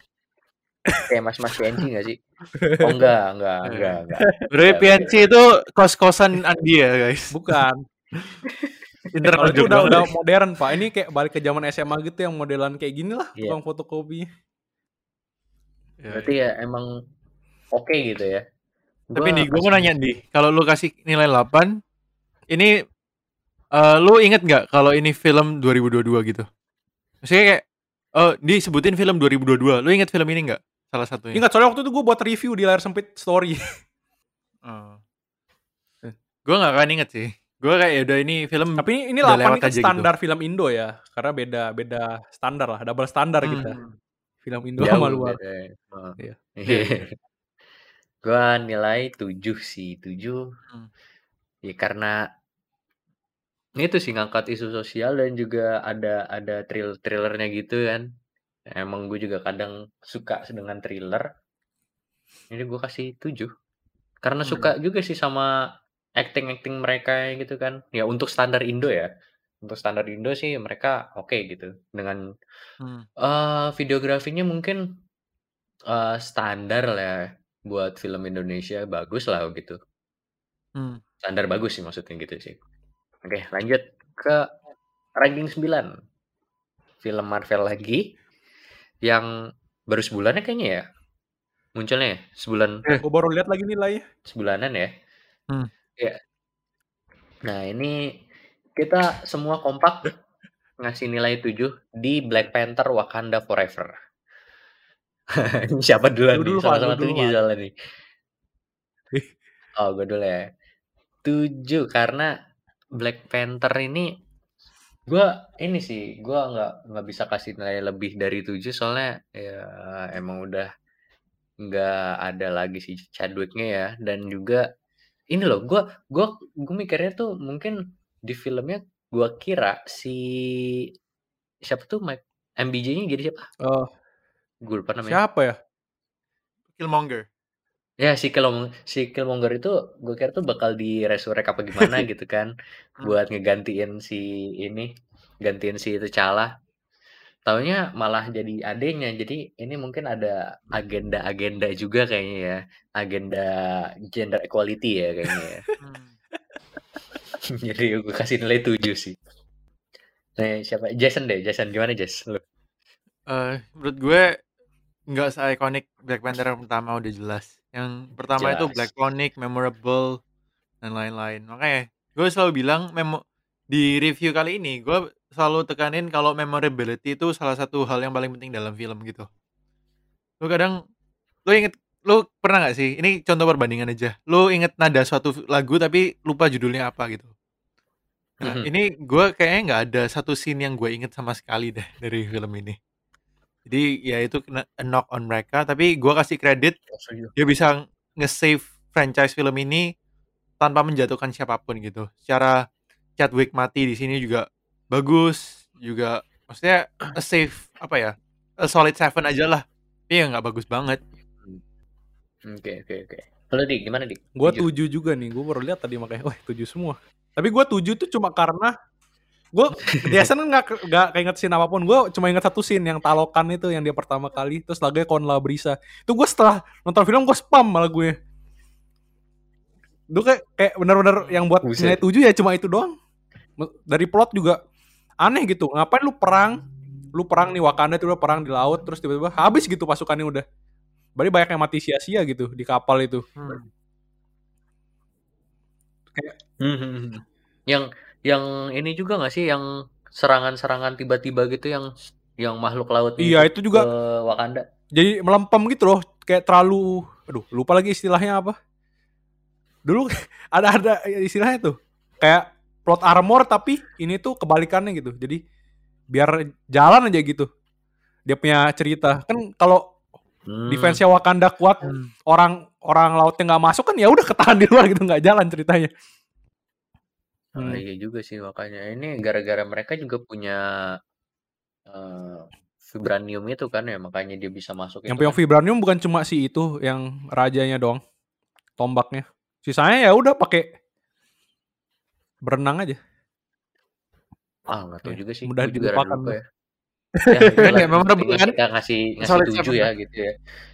Kayak mas-mas P N C gak sih? Oh enggak, enggak, enggak, enggak. Berarti Enggak, P N C bener. itu kos-kosan Andi ya guys. Bukan. Internet Kalau itu joke udah banget. udah modern, Pak. Ini kayak balik ke zaman S M A gitu yang modelan kayak gini lah, Iya. tukang fotokopi. Ya, Berarti ya emang oke gitu ya. Tapi Gua nih, gue pas mau nanya nih, kalau lu kasih nilai delapan, ini eh, lu inget nggak kalau ini film dua ribu dua puluh dua gitu? Maksudnya kayak, oh disebutin film dua ribu dua puluh dua, lu inget film ini nggak? Salah satunya. Ingat, soalnya waktu itu gue buat review di Layar Sempit Story. Oh. Gue nggak akan inget sih. Gue kayak ya udah ini film. Tapi ini, ini udah delapan lewat ini kan aja standar film Indo ya, karena beda beda standar lah, double standar Hmm. kita. Film Indo sama jauh luar. beda. Oh. Iya. Iya, iya. Gua nilai tujuh sih, tujuh. Hmm. Ya karena itu sih ngangkat isu sosial dan juga ada ada thrill thrillernya gitu kan. Emang gue juga kadang suka dengan thriller. Ini gue kasih tujuh. Karena Hmm. suka juga sih sama acting-acting mereka gitu kan. Ya untuk standar Indo ya. Untuk standar Indo sih mereka oke okay gitu. Dengan Hmm. uh, videografinya mungkin uh, standar lah ya. Buat film Indonesia bagus lah gitu. Hmm. Standar bagus sih maksudnya gitu sih. Oke, lanjut ke ranking sembilan. Film Marvel lagi yang baru sebulannya kayaknya ya. Munculnya ya, sebulan Eh. Gue baru lihat lagi nilainya. sebulanan ya. Hmm. Ya. Nah, ini kita semua kompak ngasih nilai tujuh di Black Panther Wakanda Forever. Siapa duluan Lu nih? dulu, Van, Sama-sama lu dulu, tujuh Van. soalnya nih. Oh, gue dulu ya. tujuh karena Black Panther ini gue ini sih gue nggak nggak bisa kasih nilai lebih dari tujuh soalnya ya emang udah nggak ada lagi si Chadwick-nya ya, dan juga ini loh gue gue gue mikirnya tuh mungkin di filmnya gue kira si siapa tuh Mike M B J-nya jadi siapa? Oh, Gue lupa namanya. siapa ya? Killmonger. Ya si Killmonger, si Killmonger itu gue kira tuh bakal diresurrect apa gimana gitu kan, buat ngegantiin si ini, gantiin si T'Challa. Taunya malah jadi adenya. Jadi ini mungkin ada agenda-agenda juga kayaknya ya, agenda gender equality ya kayaknya ya. Hmm. Jadi gue kasih nilai tujuh sih. Nah, siapa? Jason deh, Jason gimana Jas? Lu? Uh, menurut gue nggak se-iconic Black Panther yang pertama, udah jelas. Yang pertama itu Jelas. Black iconic, memorable, dan lain-lain. Makanya gue selalu bilang memo di review kali ini gue selalu tekanin kalau memorability itu salah satu hal yang paling penting dalam film gitu. Lu kadang lu inget, lu pernah nggak sih? Ini contoh perbandingan aja. Lu inget nada suatu lagu tapi lupa judulnya apa gitu. Nah, Mhm. ini gue kayaknya nggak ada satu scene yang gue inget sama sekali deh dari film ini. Jadi ya itu kena a knock on mereka, tapi gue kasih kredit dia bisa nge-save franchise film ini tanpa menjatuhkan siapapun gitu. Secara Chadwick mati di sini juga bagus, juga maksudnya a safe apa ya, a solid seven aja lah. Tapi ya nggak bagus banget. Oke oke oke. Kalau Dik gimana Dik? Gue tujuh juga nih, gue baru lihat tadi makanya, wah tujuh semua. Tapi gue tujuh tuh cuma karena Gue dia kan nggak nggak keinget scene apapun. Gue cuma inget satu scene yang talokan itu yang dia pertama kali. Terus lagunya Con La Brisa. Itu gue setelah nonton film gue spam malah gue. Itu kayak kayak benar-benar yang buat Buset. nilai tujuh ya cuma itu doang. Dari plot juga aneh gitu. Ngapain lu perang? Lu perang nih Wakanda tuh udah perang di laut terus tiba-tiba habis gitu pasukannya udah. Berarti banyak yang mati sia-sia gitu di kapal itu. Hmm. Kayak Hmm. Yang yang ini juga nggak sih yang serangan-serangan tiba-tiba gitu yang yang makhluk lautnya iya itu itu juga ke Wakanda. jadi melempem gitu loh. Kayak terlalu aduh lupa lagi istilahnya apa. Dulu ada ada istilahnya tuh. Kayak plot armor tapi ini tuh kebalikannya gitu. Jadi biar jalan aja gitu. Dia punya cerita. Kan kalau Hmm. defense-nya Wakanda kuat, Hmm. orang orang lautnya nggak masuk kan ya udah ketahan di luar gitu, nggak jalan ceritanya. Oh, Hmm. iya juga sih makanya ini gara-gara mereka juga punya uh, vibranium itu kan ya makanya dia bisa masuk Yang itu punya kan. vibranium bukan cuma si itu yang rajanya doang, tombaknya. Sisanya ya udah pakai berenang aja. Ah nggak tahu Ya, juga sih. mudah Gue juga rada dilupakan lupa tuh. ya. Ya itulah Nggak, memang pentingnya kan? kita ngasih ngasih Sorry, tujuh sorry. ya gitu ya.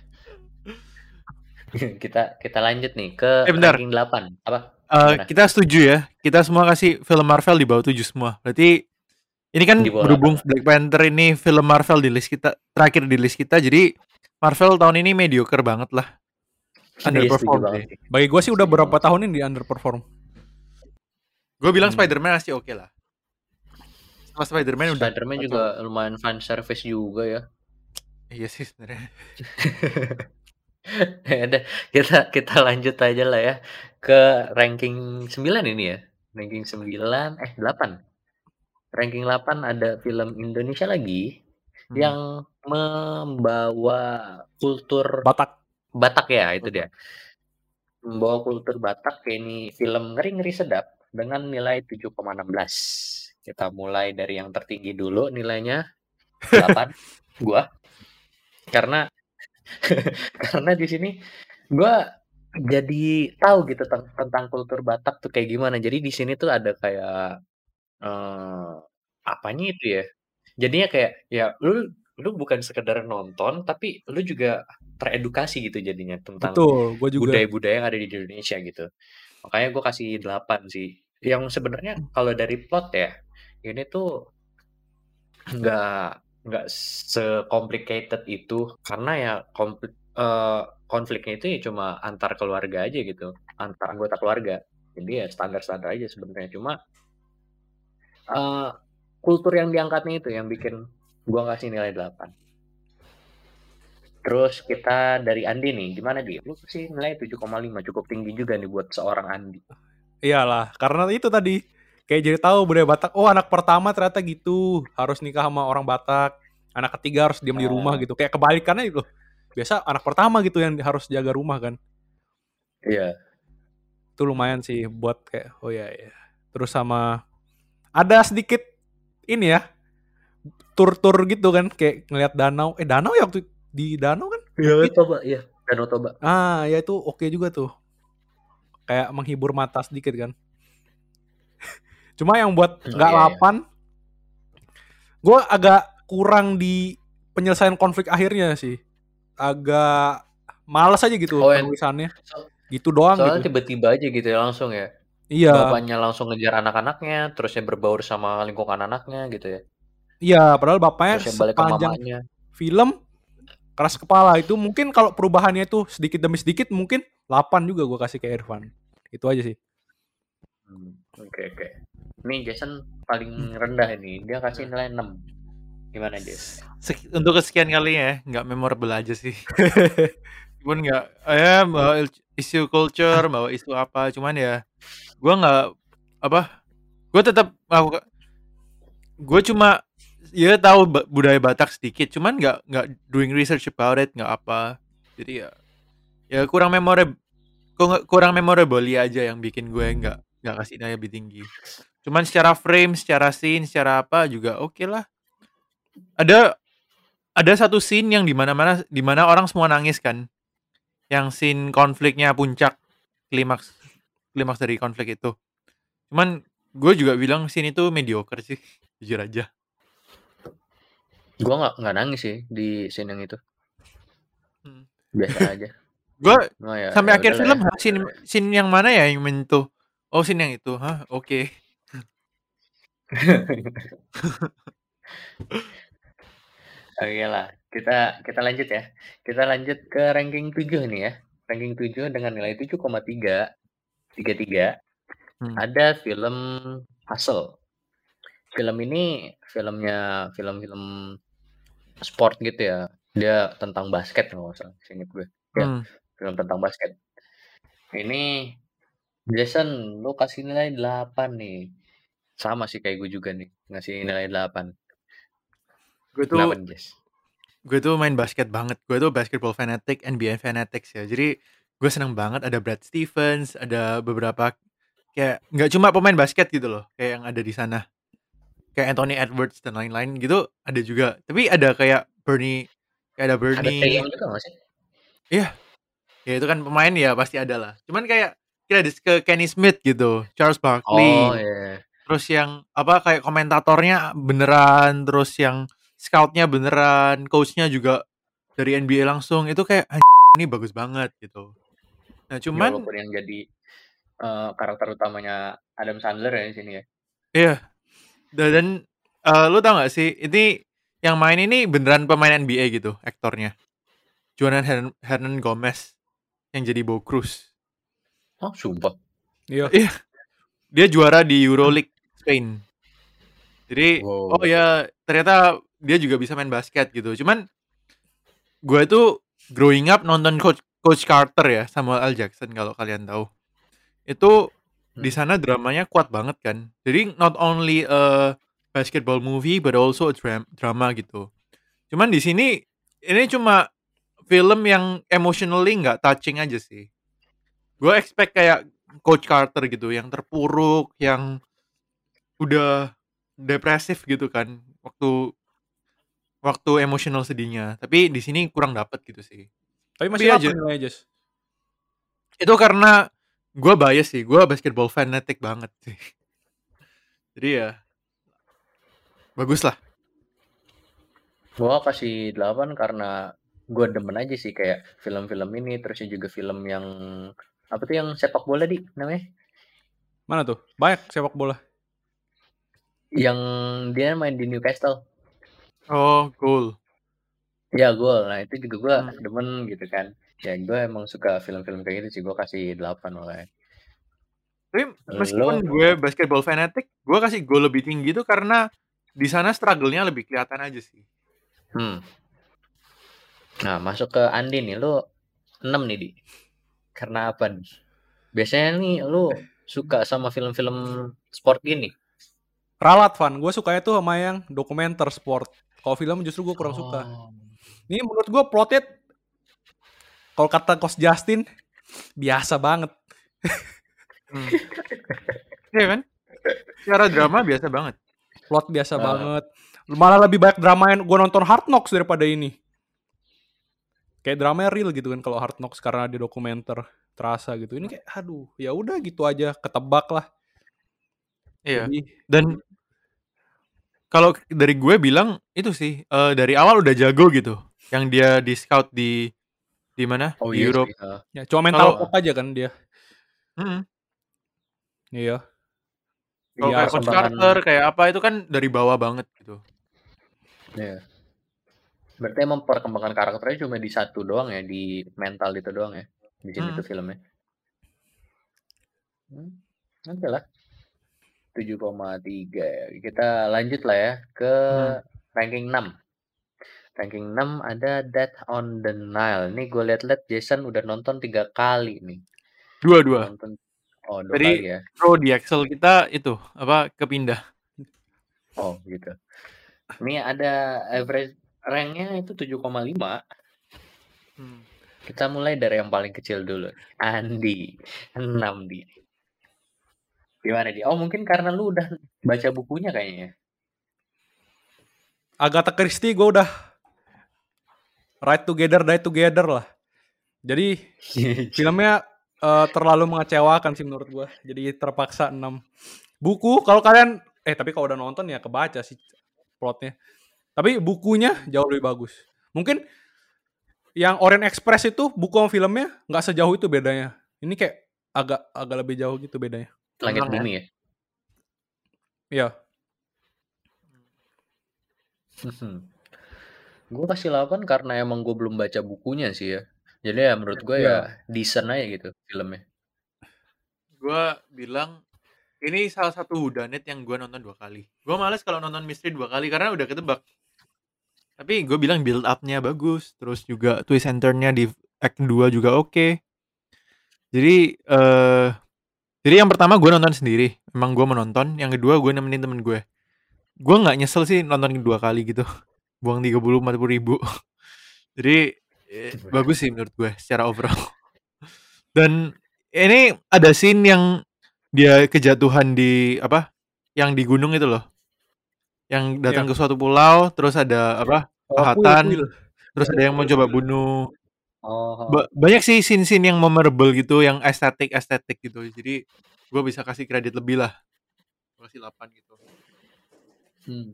kita kita lanjut nih ke Eh, bentar. ranking delapan. Apa? Uh, Gimana? kita setuju ya. Kita semua kasih film Marvel di bawah tujuh semua. Berarti ini kan Di bawah berhubung delapan. Black Panther ini film Marvel di list kita, terakhir di list kita. Jadi Marvel tahun ini mediocre banget lah. Iya, setuju Underperform banget sih. sih. Bagi gue sih udah Setuju berapa banget. tahun ini di underperform. Gue bilang Hmm. Spider-Man masih oke lah. Setelah Spider-Man udah Spider-Man kacau. juga lumayan fan service juga ya. Iya sih sebenarnya. Ya udah, kita kita lanjut aja lah ya ke ranking sembilan ini ya. Ranking sembilan eh delapan. Ranking delapan ada film Indonesia lagi Hmm. yang membawa kultur Batak. Batak ya, itu dia. Membawa kultur Batak kayak ini film Ngeri-Ngeri Sedap dengan nilai tujuh koma satu enam. Kita mulai dari yang tertinggi dulu nilainya delapan gua. Karena karena di sini gua jadi tahu gitu tentang, tentang kultur Batak tuh kayak gimana. Jadi di sini tuh ada kayak eh apanya itu ya? Jadinya kayak ya lu lu bukan sekedar nonton tapi lu juga teredukasi gitu jadinya tentang Betul, gue juga. budaya-budaya yang ada di Indonesia gitu. Makanya gue kasih delapan sih. Yang sebenarnya kalau dari plot ya, ini tuh nggak nggak se-complicated itu karena ya komplit, eh, konfliknya itu ya cuma antar keluarga aja gitu, antar anggota keluarga. Jadi ya standar-standar aja sebenarnya. Cuma eh, kultur yang diangkatnya itu yang bikin gua kasih nilai delapan. Terus kita dari Andi nih, gimana Di? Lu sih nilai tujuh koma lima, cukup tinggi juga nih buat seorang Andi. Iyalah, karena itu tadi kayak jadi tahu budaya Batak. Oh, anak pertama ternyata gitu, harus nikah sama orang Batak. Anak ketiga harus diam di rumah Ah. gitu. Kayak kebalikannya itu. Biasa anak pertama gitu yang harus jaga rumah kan. Iya. Itu lumayan sih buat kayak oh ya ya. Terus sama ada sedikit ini ya. Tur-tur gitu kan kayak ngelihat danau. Eh danau ya waktu di danau kan? Iya, Toba, iya. Danau Toba. Ah, ya itu oke juga tuh. Kayak menghibur mata sedikit kan. Cuma yang buat Oh, nggak iya, delapan, gue agak kurang di penyelesaian konflik akhirnya sih. Agak males aja gitu Oh, yang- penulisannya. so- Gitu doang soalnya gitu. tiba-tiba aja gitu ya langsung ya. Iya, Bapaknya langsung ngejar anak-anaknya, terusnya berbaur sama lingkungan anaknya gitu ya. iya. Padahal bapaknya Terusnya balik ke sepanjang mamanya. film keras kepala itu mungkin kalau perubahannya itu sedikit demi sedikit mungkin delapan juga gue kasih ke Irfan. Itu aja sih. Hmm, Oke, oke. Nih Jason paling rendah ini, dia kasih nilai enam. Gimana Jess? Sek- untuk kesekian kalinya ya, nggak memorable aja sih. Cuman nggak, ya bawa il- isu culture, bawa isu apa, cuman ya, gue nggak apa, gue tetap aku, gue cuma ya tahu ba- budaya Batak sedikit, cuman nggak nggak doing research about it, nggak apa, jadi ya, ya kurang memorable, kurang memorable ya aja yang bikin gue nggak nggak kasih nilai lebih tinggi. Cuman secara frame, secara scene, secara apa juga oke okay lah. Ada ada satu scene yang dimana mana dimana orang semua nangis kan, yang scene konfliknya puncak klimaks klimaks dari konflik itu. Cuman gue juga bilang scene itu mediocre sih, jujur aja. Gue nggak nggak nangis sih di scene yang itu, Hmm. biasa aja. Gue Oh ya, sampai ya akhir udahlah film ya. hah, scene scene yang mana ya yang menyentuh? Oh scene yang itu, hah oke. Oke lah, kita kita lanjut ya. Kita lanjut ke ranking tujuh nih ya. Ranking tujuh dengan nilai tujuh koma tiga tiga tiga. Hmm. Ada film Hustle. Film ini filmnya film-film sport gitu ya. Dia tentang basket kalau nggak salah, seingat gue. Ya, Hmm. film tentang basket. Ini Jason, lu kasih nilai delapan nih. Sama sih kayak gue juga nih, ngasih nilai delapan. Gue Kenapa tuh nih, Jess? gue tuh main basket banget. Gue tuh basketball fanatic, N B A fanatics ya. Jadi gue seneng banget ada Brad Stevens, ada beberapa kayak nggak cuma pemain basket gitu loh, kayak yang ada di sana. Kayak Anthony Edwards dan lain-lain gitu ada juga. Tapi ada kayak Bernie, kayak ada Ada Trae Bernie. Young juga nggak sih? Iya, ya itu kan pemain ya pasti ada lah. Cuman kayak kredit ke Kenny Smith gitu, Charles Barkley. Oh iya. Terus yang apa kayak komentatornya beneran, terus yang scoutnya beneran, coachnya juga dari N B A langsung. Itu kayak "Anjing, ini bagus banget gitu. Nah Ya cuman walaupun yang jadi eh, karakter utamanya Adam Sandler ya di sini ya. iya Da- dan eh, lu tau gak sih ini yang main ini beneran pemain N B A gitu aktornya, Juanan Her- Hernan Gomez yang jadi Bo Cruz. Oh sumpah. Iya. Iya, dia juara di Euroleague Spain. Jadi Wow. oh ya ternyata dia juga bisa main basket gitu. Cuman gue tuh growing up nonton Coach Coach Carter ya, Samuel L. Jackson kalau kalian tahu. Itu di Hmm. sana dramanya kuat banget kan. Jadi not only a basketball movie but also a dram- drama gitu. Cuman di sini ini cuma film yang emotionally nggak touching aja sih. Gue expect kayak Coach Carter gitu, yang terpuruk, yang udah depresif gitu kan, waktu waktu emosional sedihnya. Tapi di sini kurang dapet gitu sih. Tapi Tapi masih aja delapan nilainya, Jess. itu karena gue bias sih, gue basketball fanatic banget sih. Jadi ya bagus lah. Gua kasih delapan karena gue demen aja sih kayak film-film ini, terusnya juga film yang apa tuh yang sepak bola di namanya? Mana tuh? Banyak sepak bola. Yang dia main di Newcastle. Oh, cool. Ya gol. Nah itu juga gue Hmm. demen gitu kan. Ya gue emang suka film-film kayak gitu sih. Gue kasih delapan makanya. Tapi Lo meskipun gue basketball fanatic, gue kasih goal lebih tinggi itu karena di sana struggle-nya lebih kelihatan aja sih. hmm. Nah masuk ke Andi nih. Lo enam nih Di. Karena apa nih? Biasanya nih lo suka sama film-film sport gini. Ralat, Van. Gue sukanya tuh sama yang dokumenter sport. Kalau film justru gue kurang Oh. suka. Ini menurut gue plotnya, kalau kata Coach Justin, biasa banget. Hmm. Iya kan? Secara drama biasa banget. Plot biasa Ah. banget. Malah lebih banyak drama yang gue nonton Hard Knocks daripada ini. Kayak dramanya real gitu kan kalau Hard Knocks karena di dokumenter terasa gitu. Ini kayak aduh, ya udah gitu aja, ketebak lah. Iya. Jadi, Dan kalau dari gue bilang itu sih eh, dari awal udah jago gitu. Yang dia di scout di di mana? Oh Di iya Europe. sih. ah. ya cuma mental Kalau- pop aja kan dia. Mm-mm. Iya. Kalau Iya, kayak Coach perkembangan- Carter kayak apa itu kan dari bawah banget gitu. Iya. Berarti emang perkembangan karakternya cuma di satu doang ya, di mental itu doang ya. Di sini Hmm. tuh filmnya. Hmm. Oke lah. tujuh koma tiga ya. Kita lanjut lah ya ke Hmm. ranking enam. Ranking enam ada Death on the Nile. Ini gue liat-liat Jason udah nonton tiga kali nih. Dua-dua. Nonton oh dua Tadi kali ya. pro di Excel kita itu apa kepindah. Oh gitu. Ini ada average ranknya itu tujuh koma lima. Hmm. Kita mulai dari yang paling kecil dulu. Andi, enam dia. Gimana dia? Oh mungkin karena lu udah baca bukunya kayaknya. Agatha Christie gue udah Ride Together, Die Together lah. Jadi filmnya uh, terlalu mengecewakan sih menurut gue. Jadi terpaksa enam. buku kalau kalian eh tapi kalau udah nonton ya kebaca sih plotnya. Tapi bukunya jauh lebih bagus. Mungkin yang Orient Express itu buku sama filmnya nggak sejauh itu bedanya. Ini kayak agak agak lebih jauh gitu bedanya. Langit Memang Bumi ya. Iya. Gue kasih delapan karena emang gue belum baca bukunya sih ya. Jadi ya menurut gue Iya. ya decent aja gitu filmnya. Gue bilang ini salah satu whodunit yang gue nonton dua kali. Gue males kalau nonton misteri dua kali karena udah ketebak. Tapi gue bilang build up-nya bagus, terus juga twist and turn-nya di act dua juga oke. Okay. Jadi eh uh, jadi yang pertama gue nonton sendiri, emang gue menonton. Yang kedua gue nemenin temen gue. Gue nggak nyesel sih nonton dua kali gitu. Buang tiga puluh empat puluh ribu. Jadi eh, bagus sih menurut gue secara overall. Dan ini ada scene yang dia kejatuhan di apa? Yang di gunung itu loh. Yang datang Iya. ke suatu pulau, terus ada apa? Oh, Pahatan, kuil, kuil. terus ada yang mau coba bunuh. Oh, Ba- banyak sih scene-scene yang memorable gitu, yang estetik-estetik gitu. Jadi gue bisa kasih kredit lebih lah. Gue kasih delapan gitu. hmm.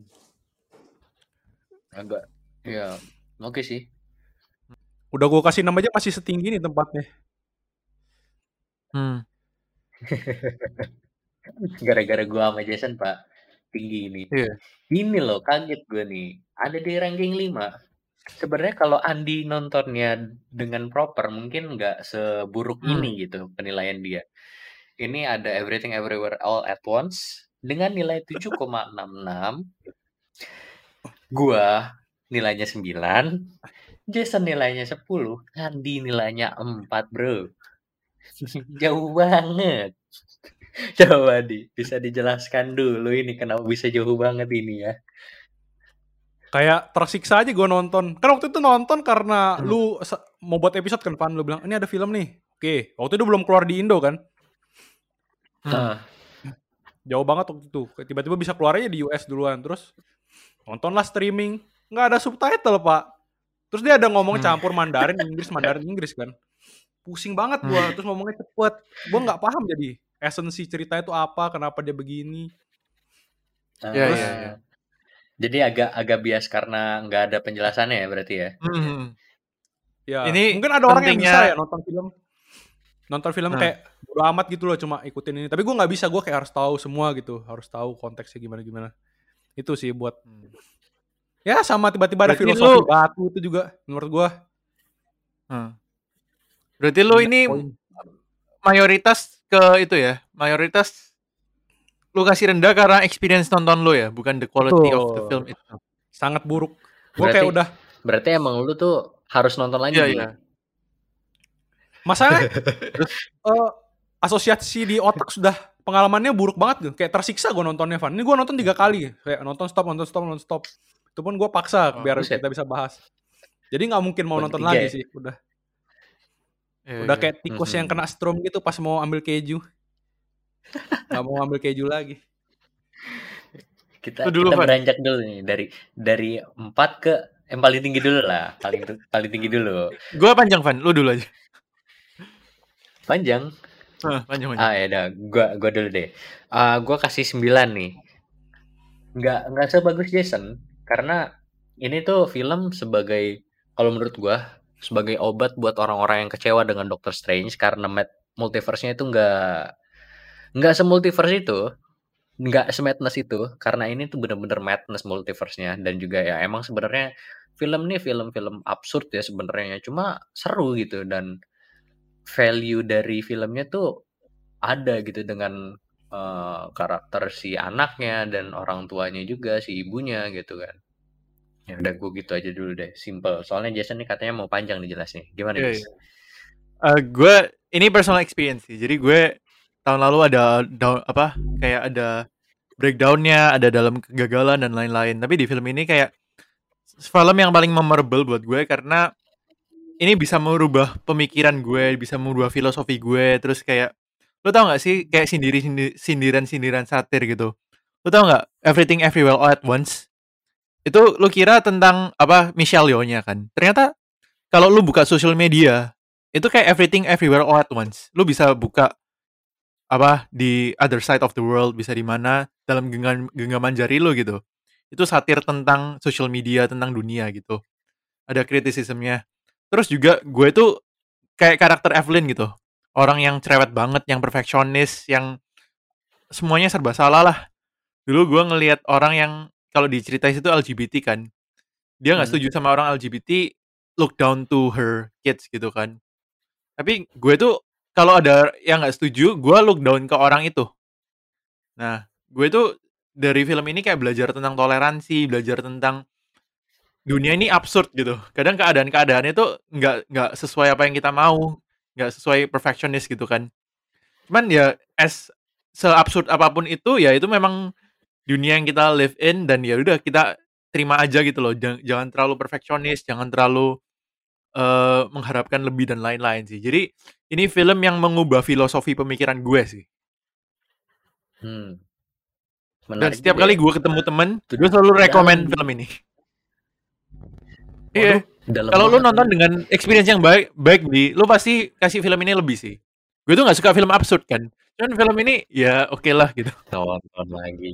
Agak ya oke sih. Udah gue kasih nama aja masih setinggi nih tempatnya. Hmm. Gara-gara gue sama Jason pak tinggi ini. Iya. Ini loh kaget gue nih. Ada di ranking lima. Sebenarnya kalau Andi nontonnya dengan proper mungkin nggak seburuk Hmm. ini gitu penilaian dia. Ini ada Everything Everywhere All at Once dengan nilai tujuh koma enam enam. Gua nilainya sembilan. Jason nilainya sepuluh. Andi nilainya empat, bro. Jauh banget. Coba Adi, bisa dijelaskan dulu ini kenapa bisa jauh banget ini ya. Kayak tersiksa aja gue nonton. Kan waktu itu nonton karena Hmm. lu se- mau buat episode kan, Pan. Lu bilang, ini ada film nih. Oke, waktu itu belum keluar di Indo kan. Hmm. Nah, Jauh banget waktu itu. Kayak tiba-tiba bisa keluar aja di U S duluan. Terus nontonlah streaming. Nggak ada subtitle, Pak. Terus dia ada ngomong Hmm. campur Mandarin, Inggris, Mandarin, Inggris kan. Pusing banget gua. Hmm. Terus ngomongnya cepet. Gua nggak paham jadi. Esensi ceritanya itu apa, kenapa dia begini. Iya, terus, iya, iya. Jadi agak agak bias karena nggak ada penjelasannya ya berarti ya. Hmm. Ya, Ini mungkin ada orang yang pentingnya- bisa ya nonton film. Nonton film Nah. kayak bodo amat gitu loh, cuma ikutin ini. Tapi gue nggak bisa, gue kayak harus tahu semua gitu. Harus tahu konteksnya gimana-gimana. Itu sih buat, Hmm. ya sama tiba-tiba ada Berarti filosofi lu- batu itu juga menurut gue. Hmm. Berarti lu ini mayoritas ke itu ya, mayoritas lu kasih rendah karena experience nonton lu ya, bukan the quality Betul. of the film itu. Sangat buruk. Gue Berarti- kayak udah, Berarti emang lu tuh harus nonton lagi Iya, nih. iya. masalahnya eh, asosiasi di otak sudah pengalamannya buruk banget gitu. Kayak tersiksa gue nontonnya, Van. Ini gue nonton tiga kali. Kayak nonton stop, nonton stop, nonton stop. Itu pun gue paksa Oh, biar buset. kita bisa bahas. Jadi nggak mungkin mau Buat nonton tiga lagi ya? sih. Udah, Iya, udah iya. kayak tikus Mhm. yang kena strom gitu pas mau ambil keju. Nggak mau ambil keju lagi. Kita, Lu dulu, kita Van. beranjak dulu nih dari dari empat ke yang paling tinggi dulu lah, paling paling tinggi dulu. Gua panjang, Van. Lu dulu aja. Panjang. Hah, panjang, panjang. Ah ya udah, gua gua dulu deh. Ah gua kasih sembilan nih. Nggak nggak sebagus Jason karena ini tuh film sebagai kalau menurut gua sebagai obat buat orang-orang yang kecewa dengan Doctor Strange karena mat- multiverse-nya itu nggak nggak semultiverse itu, nggak semadness itu karena ini tuh bener-bener madness multiverse-nya dan juga ya emang sebenarnya film nih film-film absurd ya sebenarnya cuma seru gitu dan value dari filmnya tuh ada gitu dengan eh, karakter si anaknya dan orang tuanya juga si ibunya gitu kan. Ya udah gue gitu aja dulu deh, simple. Soalnya Jason nih katanya mau panjang nih jelasnya. Gimana Iya, Jas? iya. Eh, gue ini personal experience sih. Jadi gue tahun lalu ada down, apa kayak ada breakdownnya, ada dalam kegagalan dan lain-lain. Tapi di film ini kayak film yang paling memorable buat gue karena ini bisa merubah pemikiran gue, bisa merubah filosofi gue. Terus kayak lo tau gak sih kayak sindiri sindiran-sindiran satir gitu. Lo tau gak Everything Everywhere All at Once? Itu lo kira tentang apa Michelle Yeoh-nya kan? Ternyata kalau lo buka social media itu kayak Everything Everywhere All at Once. Lo bisa buka apa di other side of the world, bisa di mana dalam genggam, genggaman jari lo gitu. Itu satir tentang social media, tentang dunia gitu. Ada kritisismnya. Terus juga gue tuh kayak karakter Evelyn gitu. Orang yang cerewet banget, yang perfeksionis, yang semuanya serba salah lah. Dulu gue ngelihat orang yang kalau diceritain itu L G B T kan. Dia nggak Hmm. setuju sama orang L G B T, look down to her kids gitu kan. Tapi gue tuh kalau ada yang nggak setuju, gue look down ke orang itu. Nah, gue tuh dari film ini kayak belajar tentang toleransi, belajar tentang dunia ini absurd gitu. Kadang keadaan-keadaannya tuh nggak nggak sesuai apa yang kita mau, nggak sesuai perfectionist gitu kan. Cuman ya as seabsurd apapun itu, ya itu memang dunia yang kita live in, dan ya udah kita terima aja gitu loh. Jangan, jangan terlalu perfeksionis, jangan terlalu uh, mengharapkan lebih dan lain-lain sih. Jadi ini film yang mengubah filosofi pemikiran gue sih. Hmm. Dan Menarik setiap juga kali ya. gue ketemu temen, Itu gue selalu dalam rekomen di- film ini. Iya. dalam Kalau lu banget nonton ini. dengan experience yang baik, baik di, lu pasti kasih film ini lebih sih. Gue tuh nggak suka film absurd kan. Cuman film ini ya oke okay lah gitu. Nonton lagi.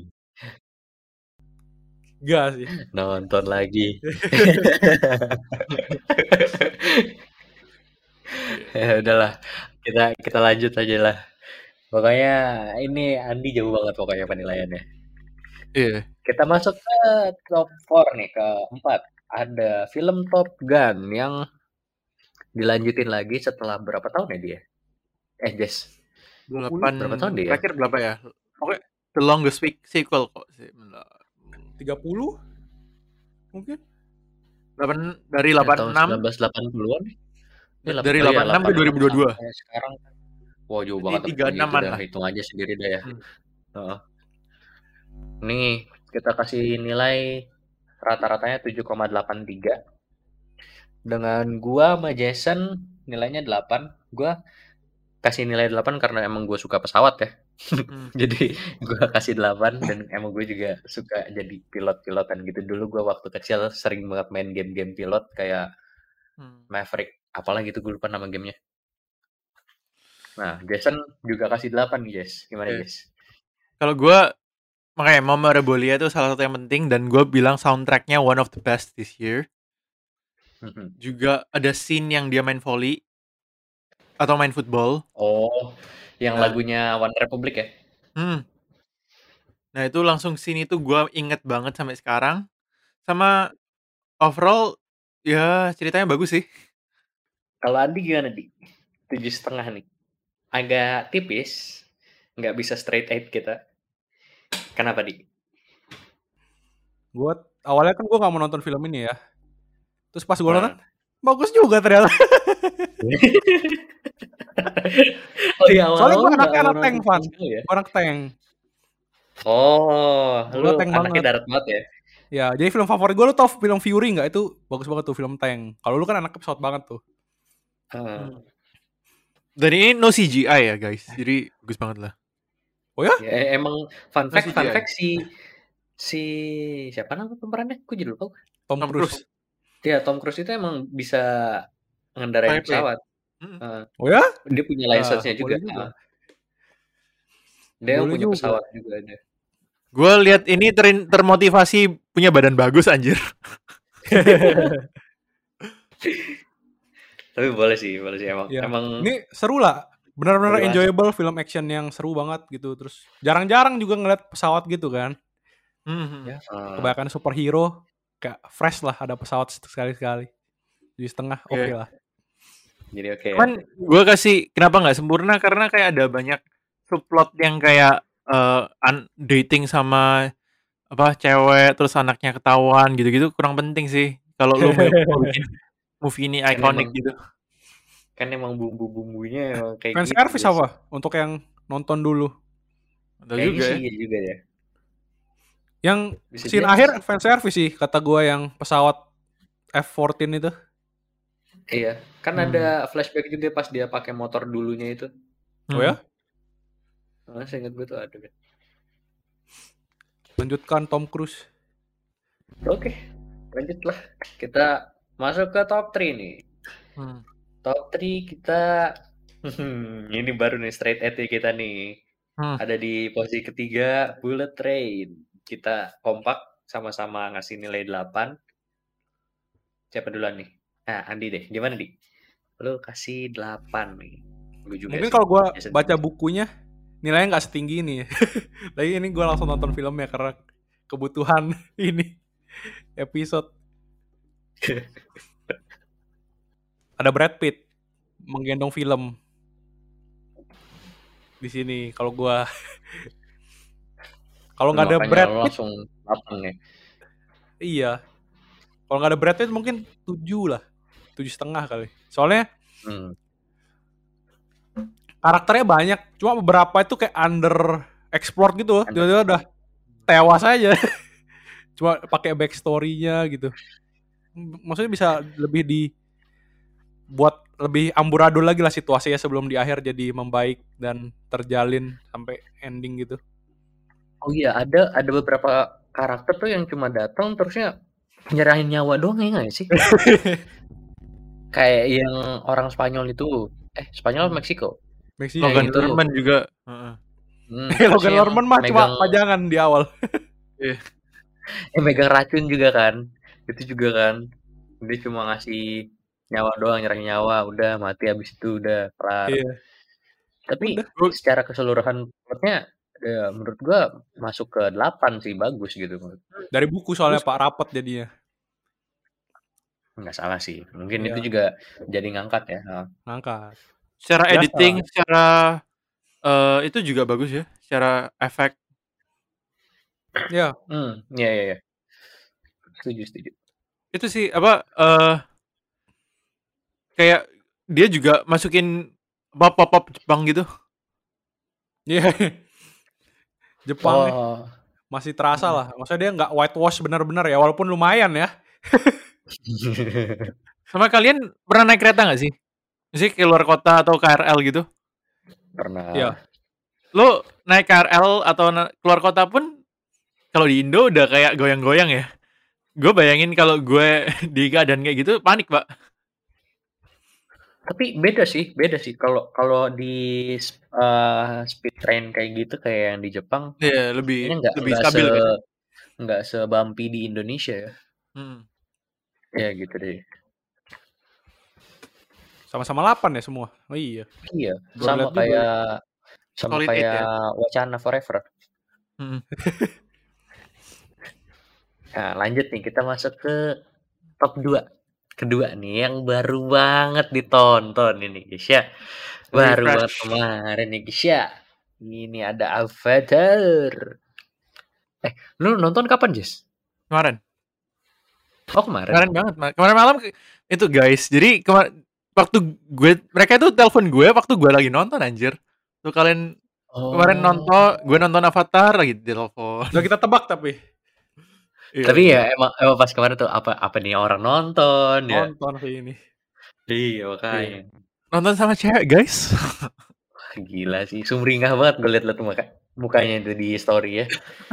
Enggak sih. Nonton lagi. Ya udahlah, kita kita lanjut aja lah. Pokoknya ini Andi jauh banget pokoknya penilaiannya. Iya. Kita masuk ke top empat nih, ke empat. Ada film Top Gun yang dilanjutin lagi setelah berapa tahun ya dia? Eh, Jess. delapan Berapa tahun dia? terakhir berapa ya? Oke, the longest week sequel kok sih. tiga puluh mungkin. delapan dari Ya, delapan tahun puluh enam sembilan belas delapan puluhan. Ini delapan- dari oh iya, delapan puluh enam ke dua ribu dua puluh dua. sampai sekarang. Wah, jauh Jadi banget. tiga puluh enaman Udah lah. hitung aja sendiri dah ya. Hmm. Heeh. Nih, kita kasih nilai rata-ratanya tujuh koma delapan tiga. Dengan gua sama Jason nilainya delapan. Gua kasih nilai delapan karena emang gue suka pesawat ya. Hmm. Jadi gue kasih delapan, dan emang gue juga suka jadi pilot-pilotan gitu. Dulu gue waktu kecil sering banget main game-game pilot kayak Hmm. Maverick, apalah gitu, gue lupa nama gamenya. Nah, Jason juga kasih delapan nih, Jess. Gimana, Oke. Jess? Kalau gue, makanya Memorabilia itu salah satu yang penting, dan gue bilang soundtracknya one of the best this year. Mhm. Juga ada scene yang dia main volley atau main football. Oh, yang Nah. lagunya One Republic ya? Hmm. Nah itu langsung scene itu gue inget banget sampai sekarang. Sama overall ya ceritanya bagus sih. Kalau Andi gimana, Di? Tujuh setengah nih. Agak tipis, nggak bisa straight eight kita. Kenapa, Di? Gue awalnya kan gue nggak mau nonton film ini ya. Terus pas gue Nah. nonton, bagus juga ternyata. Oh iya, awal-awal Soalnya gue nggak anaknya mau anak tank, nonton Van. sekali ya? Gue anak tank. Oh, Gua lu tank anaknya banget. darat banget ya? Ya, jadi film favorit gue, lu tau film Fury nggak? Itu bagus banget tuh, film tank. Kalau lu kan anaknya pesawat banget tuh. Hmm. Dan ini no C G I ya guys, jadi bagus banget lah. Oh ya? Ya, emang fun fact, Masih fun dia. fact si si siapa nama pemerannya? Aku jadi lupa. Tom, Tom Cruise. Cruise. Ya, Tom Cruise itu emang bisa ngendarain Private pesawat. Hmm. Uh, Oh ya? dia punya Nah, license-nya juga. boleh juga. Uh. Dia Boleh punya juga. pesawat juga ada. Gue lihat ini ter- termotivasi punya badan bagus anjir. Tapi boleh sih, boleh sih emang. Ya. Emang Ini seru lah. Benar-benar Seru enjoyable film action yang seru banget gitu. Terus jarang-jarang juga ngeliat pesawat gitu kan. Hmm. Ya. uh, Kebanyakan superhero kayak fresh lah, ada pesawat sekali-sekali. Tujuh setengah oke Oke. lah. jadi oke. Cuman gue kasih kenapa nggak sempurna, karena kayak ada banyak subplot yang kayak uh, un- dating sama apa cewek terus anaknya ketahuan gitu-gitu kurang penting sih kalau lu mau bikin movie ini Kan ikonik emang- gitu. Kan emang bumbu-bumbunya emang kayak Fan gitu. service Jess. apa? Untuk yang nonton dulu. Atau Kayaknya juga sih ya. iya juga ya. Yang Bisa scene jadi akhir sih. fan service sih kata gue, yang pesawat F empat belas itu. Iya, kan Hmm. ada flashback juga pas dia pakai motor dulunya itu. Oh ya? Nah, saya ingat gue tuh ada. Kan. Lanjutkan Tom Cruise. Oke, lanjutlah. Kita masuk ke top tiga nih. Hmm. Top tiga kita hmm, ini baru nih straight eight kita nih. Hmm. Ada di posisi ketiga Bullet Train. Kita kompak sama-sama ngasih nilai delapan. Siapa duluan nih? Nah, Andi deh. Gimana, Di? Lu kasih delapan nih. Gue juga Mungkin sih. kalau gue Jason baca Statham. bukunya nilainya nggak setinggi ini. Tapi ini gue langsung nonton filmnya karena kebutuhan ini episode. Ada Brad Pitt menggendong film di sini. Kalau gue kalau nggak ada Makanya Brad lu Pitt, langsung delapan nih. iya. Kalau nggak ada Brad Pitt mungkin tujuh lah, tujuh setengah kali. Soalnya Hmm. karakternya banyak, cuma beberapa itu kayak under explore gitu, Under- tiba-tiba udah tewas aja. Cuma pakai backstory-nya gitu. M- Maksudnya bisa lebih di buat lebih amburadul lagi lah situasinya sebelum di akhir jadi membaik dan terjalin sampai ending gitu. Oh iya, ada ada beberapa karakter tuh yang cuma datang terusnya nyerahin nyawa doang ya nggak sih? Kayak yang orang Spanyol itu, eh Spanyol atau Meksiko? Meksiko. Logan Logan itu. Lerman juga. Heeh. Hmm, Eh, Logan terus yang Lerman mah cuma megang- pajangan di awal. eh megang racun juga kan, itu juga kan, dia cuma ngasih nyawa doang, nyerahin nyawa, udah mati habis itu udah kelar. Iya. Tapi Udah. secara keseluruhan plotnya, ya, menurut gua masuk ke delapan sih, bagus gitu. Dari buku soalnya Pak rapet jadinya. Nggak salah sih, mungkin Iya. itu juga jadi ngangkat ya. Nah, Ngangkat. Secara Biasa editing, lah. secara eh, itu juga bagus ya. Secara efek. Ya, Hmm, iya iya iya. Setuju setuju. Itu sih apa eh kayak dia juga masukin pop-pop Jepang gitu. iya. Jepang Oh, masih terasa lah. Maksudnya dia nggak whitewash benar-benar ya, walaupun lumayan ya. Sama kalian pernah naik kereta nggak sih? Sih keluar kota atau K R L gitu? pernah. Iya. Lo naik K R L atau na- keluar kota pun kalau di Indo udah kayak goyang-goyang ya. Gue bayangin kalau gue di keadaan kayak gitu panik, Pak. Tapi beda sih, beda sih. Kalau kalau di uh, speed train kayak gitu kayak yang di Jepang, Iya, lebih kayaknya nggak lebih nggak stabil se kan. nggak sebumpy di Indonesia ya. Hmm. Ya gitu deh. Sama-sama delapan ya semua. Oh iya. Iya, Gua sama liat juga. kayak sama Solid eight kayak ya. Wacana Forever. Hmm. Nah, lanjut nih kita masuk ke top dua. Kedua nih yang baru banget ditonton ini guys ya. Baru Refresh. banget kemarin nih guys ya. Ini ada Avatar. Eh, lu nonton kapan, Jess? Kemarin. Oh, kemarin. Kemarin banget, Ma- kemarin malam ke- itu guys. Jadi kemarin waktu gue mereka itu telepon gue waktu gue lagi nonton anjir. Tuh kalian Oh. kemarin nonton, gue nonton Avatar lagi di telepon. Udah kita tebak tapi Iya, Tapi iya. ya emang emang pas kemarin tuh apa apa nih orang nonton ya. nonton sih ini. Iya, makanya. Nonton sama cewek guys. Wah, gila sih, sumringah banget gue liat liat muka mukanya itu di story ya.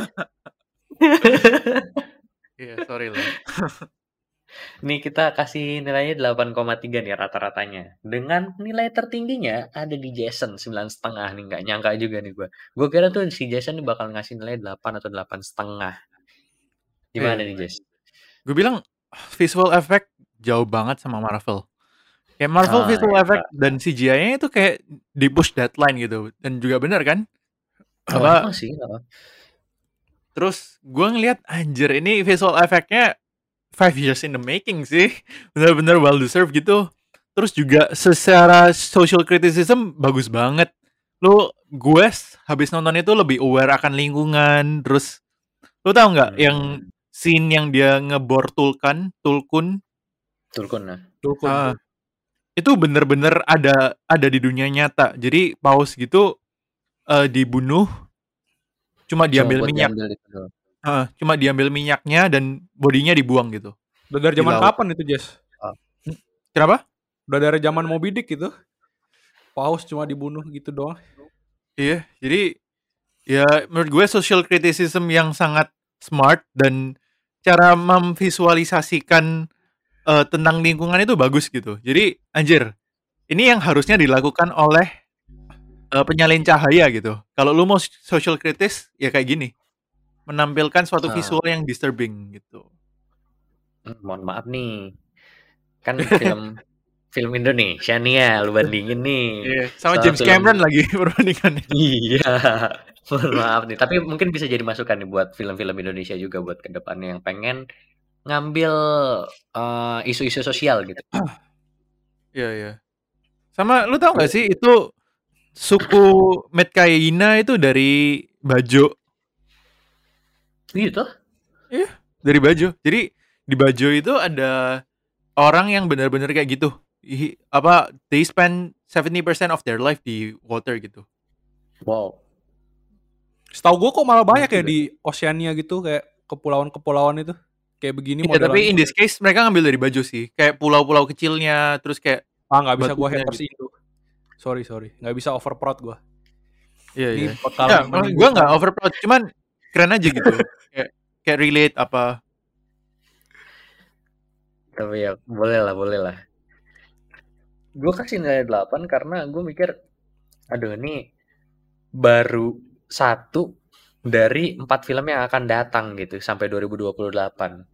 Iya, sorry lah. Nih kita kasih nilainya delapan koma tiga nih rata-ratanya. Dengan nilai tertingginya ada di Jason sembilan setengah nih, nggak nyangka juga nih gue. Gue kira tuh si Jason nih bakal ngasih nilai delapan atau delapan setengah. Gimana Iya. nih Jess? Gue bilang visual effect jauh banget sama Marvel. Kayak Marvel Ah, visual iya. effect dan C G I-nya itu kayak di push deadline gitu. Dan juga benar kan? Oh, Apa emang sih. oh. terus gue ngeliat anjir ini visual effect-nya five years in the making sih. Bener-bener well deserved gitu. Terus juga secara social criticism bagus banget. Lu gue habis nonton itu lebih aware akan lingkungan. Terus lu tahu nggak Hmm. yang scene yang dia ngebor Tulkan, Tulkun, Tulkun nah. Tulkun. ah, itu bener-bener ada ada di dunia nyata. Jadi paus gitu eh, dibunuh, cuma diambil Cuma buat minyak, diambil itu doang. Ah, cuma diambil minyaknya dan bodinya dibuang gitu. Udah dari Di zaman laut. kapan itu, Jess? Kenapa? Udah dari zaman Moby Dick gitu. Paus cuma dibunuh gitu doang. Iya, jadi ya menurut gue social criticism yang sangat smart dan cara memvisualisasikan eh, tentang lingkungan itu bagus gitu. Jadi anjir, ini yang harusnya dilakukan oleh uh, penyalin cahaya gitu. Kalau lu mau social kritis ya kayak gini. Menampilkan suatu Ah. visual yang disturbing gitu. Hmm, mohon maaf nih. Kan film film Indonesia nih ya, lu bandingin nih. Iya, sama Sama James film- Cameron lagi perbandingannya. Iya. Mohon maaf nih, tapi mungkin bisa jadi masukan nih buat film-film Indonesia juga buat kedepannya yang pengen ngambil eh, isu-isu sosial gitu. Iya, iya. Sama lu tau gak sih itu suku Metkaina itu dari Bajo. Gitu. Dari Bajo. Jadi di Bajo itu ada orang yang benar-benar kayak gitu. Hi- apa they spend seventy percent of their life di water gitu. Wow. Setahu gue kok malah banyak ya Juga. di Oceania gitu, kayak kepulauan-kepulauan itu. Kayak begini Iya, tapi modelannya. in this case mereka ngambil dari Bajo sih. Kayak pulau-pulau kecilnya, terus kayak Ah, nggak bisa gue batunya haters gitu. itu. Sorry, sorry. Nggak bisa overproud gue. Iya, Ini iya. bakal Nggak, menimbulkan- gue nggak overproud, cuman keren aja gitu. kayak kayak relate apa. Tapi ya boleh lah, boleh lah. Gue kasih nilai delapan karena gue mikir, aduh ini baru satu dari empat film yang akan datang gitu sampai dua ribu dua puluh delapan.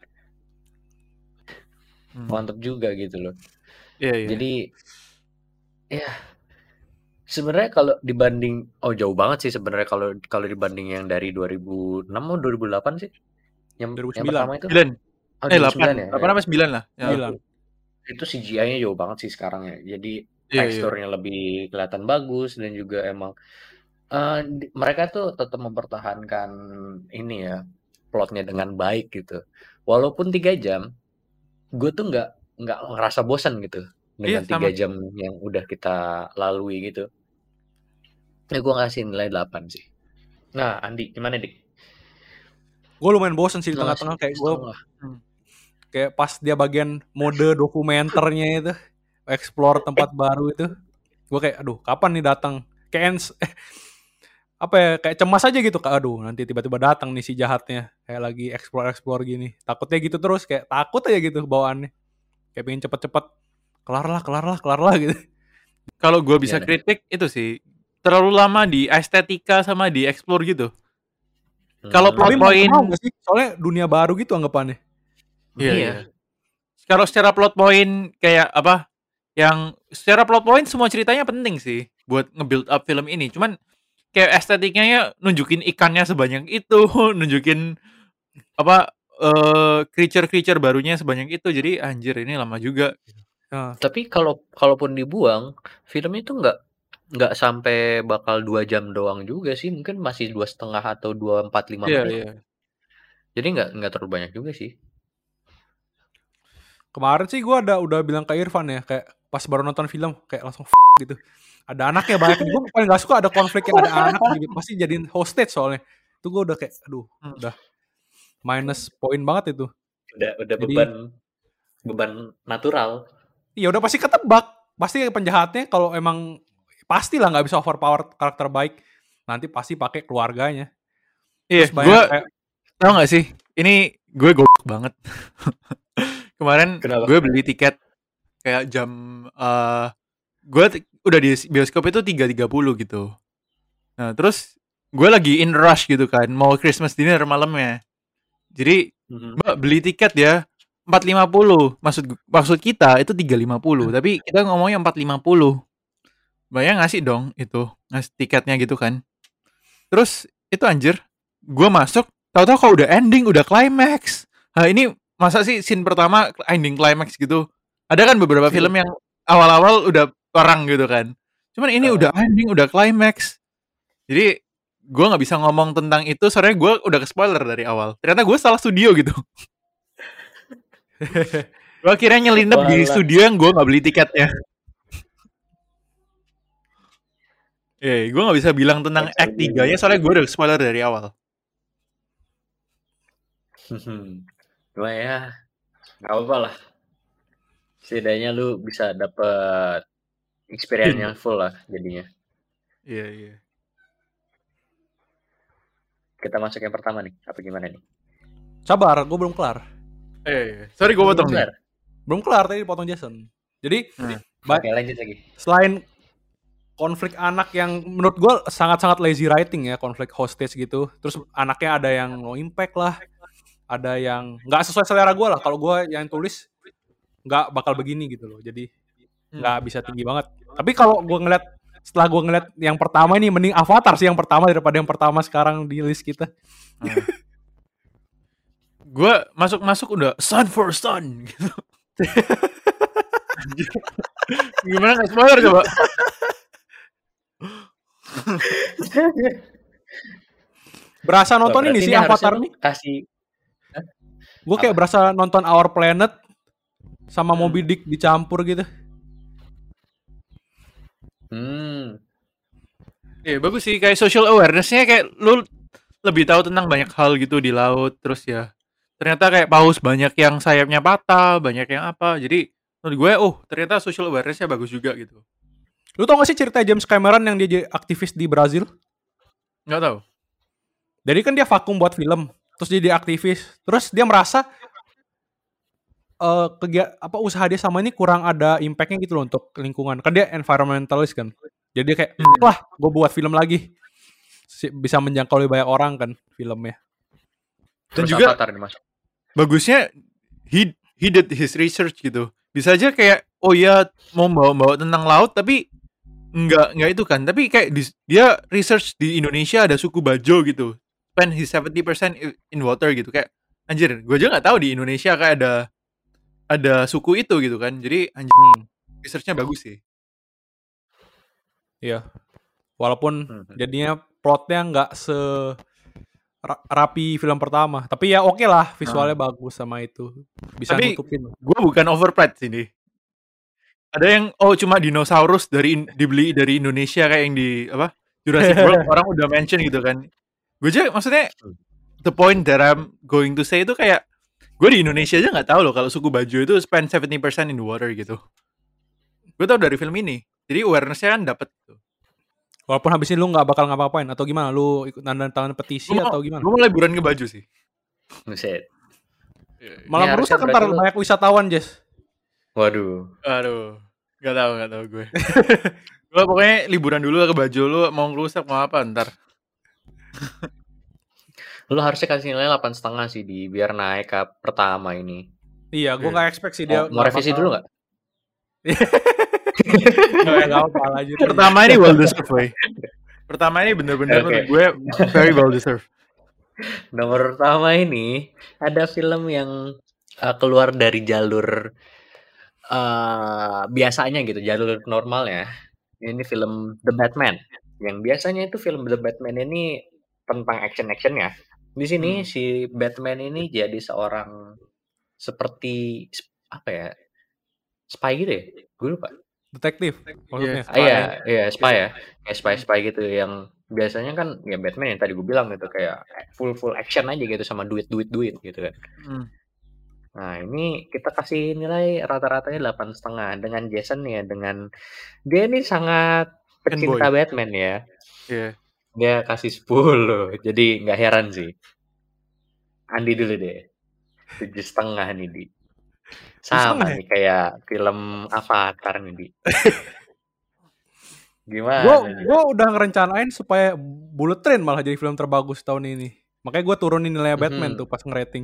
Hmm. Mantep juga gitu loh. Iya, iya. Jadi ya sebenarnya kalau dibanding oh jauh banget sih sebenarnya kalau kalau dibanding yang dari dua ribu enam atau dua ribu delapan sih. Yang, dua ribu yang sembilan. pertama itu. sembilan. Oh, Eh, dua ribu delapan. sembilan ya. delapan apa sembilan lah. Ya. Sembilan. Itu C G I-nya jauh banget sih sekarang ya. Jadi Iya, iya. teksturnya lebih kelihatan bagus dan juga emang eh, di- mereka tuh tetap mempertahankan ini ya plotnya dengan baik gitu. Walaupun tiga jam, gue tuh nggak nggak ngerasa bosan gitu dengan Iya, tiga sama. jam yang udah kita lalui gitu. Ya gue ngasih nilai delapan sih. Nah, Andi gimana dik? Gue lumayan bosen sih di Lo tengah-tengah, ngasih kayak gue setengah. kayak pas dia bagian mode dokumenternya itu, explore tempat baru itu, gue kayak aduh kapan nih datang, kayak ens- eh, apa ya, kayak cemas aja gitu, Kak. Aduh nanti tiba-tiba datang nih si jahatnya, kayak lagi explore explore gini, takutnya gitu terus, kayak takut aja gitu bawaannya, kayak pengen cepet-cepet kelar lah kelar lah kelar lah gitu. Kalau gue bisa Iya, kritik itu sih terlalu lama di estetika sama di explore gitu. Hmm. Kalau plot Tapi mau point- mau nggak sih, soalnya dunia baru gitu anggapannya. Iya, Iya. iya. Kalau secara plot point kayak apa? Yang secara plot point semua ceritanya penting sih buat nge-build up film ini. Cuman kayak estetiknya ya nunjukin ikannya sebanyak itu, nunjukin apa eh creature-creature barunya sebanyak itu. Jadi anjir ini lama juga. Nah, Tapi kalau kalaupun dibuang, film itu nggak nggak sampai bakal dua jam doang juga sih, mungkin masih dua setengah atau dua empat lima Iya, menit. iya. Jadi nggak nggak terlalu banyak juga sih. kemarin sih gue ada udah bilang ke Irfan ya, kayak pas baru nonton film kayak langsung f gitu. Ada anaknya banyak. Gue paling gak suka ada konflik yang ada anak gitu. Pasti jadiin hostage soalnya. Itu gue udah kayak aduh, Hmm. udah minus poin banget itu. Udah udah Jadi- beban beban natural. Iya udah pasti ketebak. Pasti penjahatnya kalau emang pastilah nggak bisa overpower karakter baik. Nanti pasti pakai keluarganya. Iya, Terus banyak gue kayak, tau gak sih? Ini gue goblok banget. Kemarin Kenapa? gue beli tiket kayak jam eh gue t- udah di bioskop itu tiga tiga puluh gitu. Nah, terus gue lagi in rush gitu kan, mau Christmas dinner malamnya. Jadi, Mbak beli tiket ya empat lima puluh. Maksud gu- maksud kita itu tiga lima puluh, tapi kita ngomongnya empat lima puluh. Mbaknya ngasih dong itu, ngasih tiketnya gitu kan. Terus itu anjir, gue masuk, tahu-tahu kalau udah ending, udah climax. Nah, ini masa sih scene pertama ending climax gitu? Ada kan beberapa Iya. film yang awal-awal udah perang gitu kan. Cuman ini Uh. udah ending, udah climax. Jadi gue nggak bisa ngomong tentang itu, soalnya gue udah ke spoiler dari awal. Ternyata gue salah studio gitu. Gue akhirnya nyelinap di Walah. studio yang gue nggak beli tiketnya. Eh, gue nggak bisa bilang tentang Kacau act tiga-nya juga. soalnya gue udah spoiler dari awal. Cuma ya nggak apa-apa lah. Setidaknya lu bisa dapet experience yang full lah jadinya. Iya, iya. Kita masuk yang pertama nih. Apa gimana nih? sabar, gue belum kelar. Eh, iya. Sorry gue potong nih. Bentar. Belum kelar tadi dipotong Jason. Jadi Hmm. ba- Oke, lanjut lagi. selain konflik anak yang menurut gue sangat-sangat lazy writing ya, konflik hostage gitu. Terus anaknya ada yang low impact lah, ada yang nggak sesuai selera gue lah. Kalau gue yang tulis nggak bakal begini gitu loh, jadi nggak Hmm. bisa tinggi banget. Tapi kalau gue ngeliat setelah gue ngeliat yang pertama ini, mending Avatar sih yang pertama daripada yang pertama sekarang di list kita. Hmm. Gue masuk-masuk udah sun for sun gitu. Gimana nggak spoiler coba? Berasa Wah, nonton ini berarti sih ini harusnya Avatar lu nih. kasih Gue kayak Apa? berasa nonton Our Planet sama Hmm. Moby Dick dicampur gitu. Hmm. Iya bagus sih, kayak social awareness-nya kayak lu lebih tahu tentang banyak hal gitu di laut. Terus ya ternyata kayak paus banyak yang sayapnya patah, banyak yang apa. Jadi menurut gue oh ternyata social awareness-nya bagus juga gitu. Lu tau gak sih cerita James Cameron yang dia jadi aktivis di Brazil? Nggak tahu. Jadi kan dia vakum buat film, terus dia jadi aktivis, terus dia merasa eh kegia- apa usaha dia sama ini kurang ada impact-nya gitu loh untuk lingkungan. Kan dia environmentalist kan. Jadi dia kayak, Hmm. wah gue buat film lagi. Si- Bisa menjangkau lebih banyak orang kan filmnya. Dan Terus juga Avatar nih Mas. bagusnya he he did his research gitu. Bisa aja kayak oh ya mau bawa-bawa tentang laut tapi nggak nggak itu kan. Tapi kayak di- dia research di Indonesia ada suku Bajo gitu. Spend his seventy percent i- in water gitu kayak anjir, gue aja nggak tahu di Indonesia kayak ada ada suku itu gitu kan. Jadi anjir Hmm. researchnya bagus sih. Iya. Walaupun Hmm. jadinya plotnya nggak se ra- rapi film pertama. Tapi ya oke lah, visualnya bagus sama itu. Bisa Tapi nutupin. gue bukan overplayed sini. Ada yang oh cuma dinosaurus dari in- dibeli dari Indonesia kayak yang di apa Jurassic World orang udah mention gitu kan. Gue aja maksudnya the point that I'm going to say itu kayak gue di Indonesia aja nggak tahu loh kalau suku Bajo itu spend seventy percent in the water gitu. Gue tahu dari film ini. Jadi awareness-nya kan dapet gitu. Walaupun habis ini lu nggak bakal ngapa-ngapain atau gimana? Lu ikut tanda tangan petisi Gue mau, atau gimana? gue mau liburan ke Bajo sih. Buset. Malah Ini merusak harusnya ntar berarti lu- banyak wisatawan, Jess. Waduh. Aduh, nggak tahu nggak tahu gue. Gue pokoknya liburan dulu ke Bajo, lu mau ngerusak mau apa ntar. Lu harusnya kasih nilai delapan setengah sih di biar naik ke pertama ini. Iya, gue Iya. nggak expect sih dia. Mau, mau revisi dulu nggak? Nggak apa lanjut. aja. Pertama ini well deserved, boy. Pertama ini bener-bener Oke. menurut gue very well deserved. Nomor pertama ini ada film yang uh, keluar dari jalur uh, biasanya gitu, jalur normalnya. Ini film The Batman. Yang biasanya itu film The Batman ini tentang action-action ya. Di sini Hmm. si Batman ini jadi seorang seperti apa ya? Spy gitu ya? Gue lupa. Detektif maksudnya. Ah, iya, iya spy ya, kayak spy spy gitu yang biasanya kan ya Batman yang tadi gue bilang gitu kayak full full action aja gitu sama duit duit duit gitu kan. Hmm. Nah ini kita kasih nilai rata-ratanya delapan setengah dengan Jason ya dengan dia ini sangat pecinta Fanboy. Batman ya, Iya. dia kasih sepuluh jadi nggak heran sih. Andi dulu deh tujuh setengah nih di sama setengah ya? nih kayak film Avatar nih di. Gimana? Gue nih? gue udah ngerencanain supaya Bullet Train malah jadi film terbagus tahun ini. Makanya gue turunin nilai Batman Mhm. tuh pas ngerating.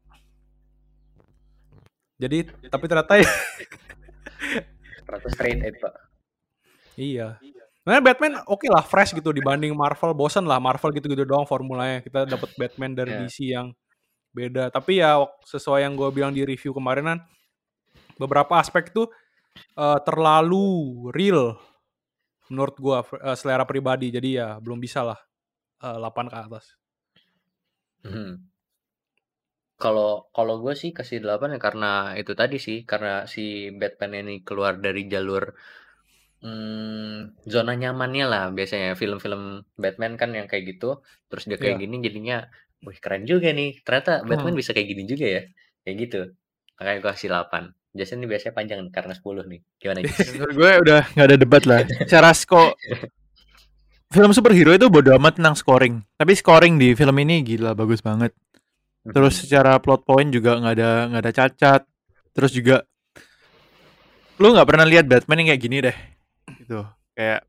Jadi tapi ternyata ya, seratus straight eight pak. iya. Nah, Batman oke lah fresh gitu dibanding Marvel. Bosan lah Marvel gitu-gitu doang formulanya. Kita dapat Batman dari Iya. D C yang beda. Tapi ya sesuai yang gue bilang di review kemarin kan, beberapa aspek tuh eh, terlalu real menurut gue eh, selera pribadi. Jadi ya belum bisa lah eh, delapan ke atas. Mhm. Kalau kalau gue sih kasih delapan ya karena itu tadi sih karena si Batman ini keluar dari jalur hmm, zona nyamannya lah biasanya film-film Batman kan yang kayak gitu terus dia kayak Iya. gini jadinya wih keren juga nih ternyata Batman Hmm. bisa kayak gini juga ya kayak gitu makanya gue kasih delapan. Jason ini biasanya panjang karena sepuluh nih gimana Jess? Menurut gue udah nggak ada debat lah. Secara sko film superhero itu bodo amat tentang scoring. Tapi scoring di film ini gila bagus banget. Terus secara plot point juga nggak ada nggak ada cacat. Terus juga lu nggak pernah lihat Batman yang kayak gini deh. Gitu. Kayak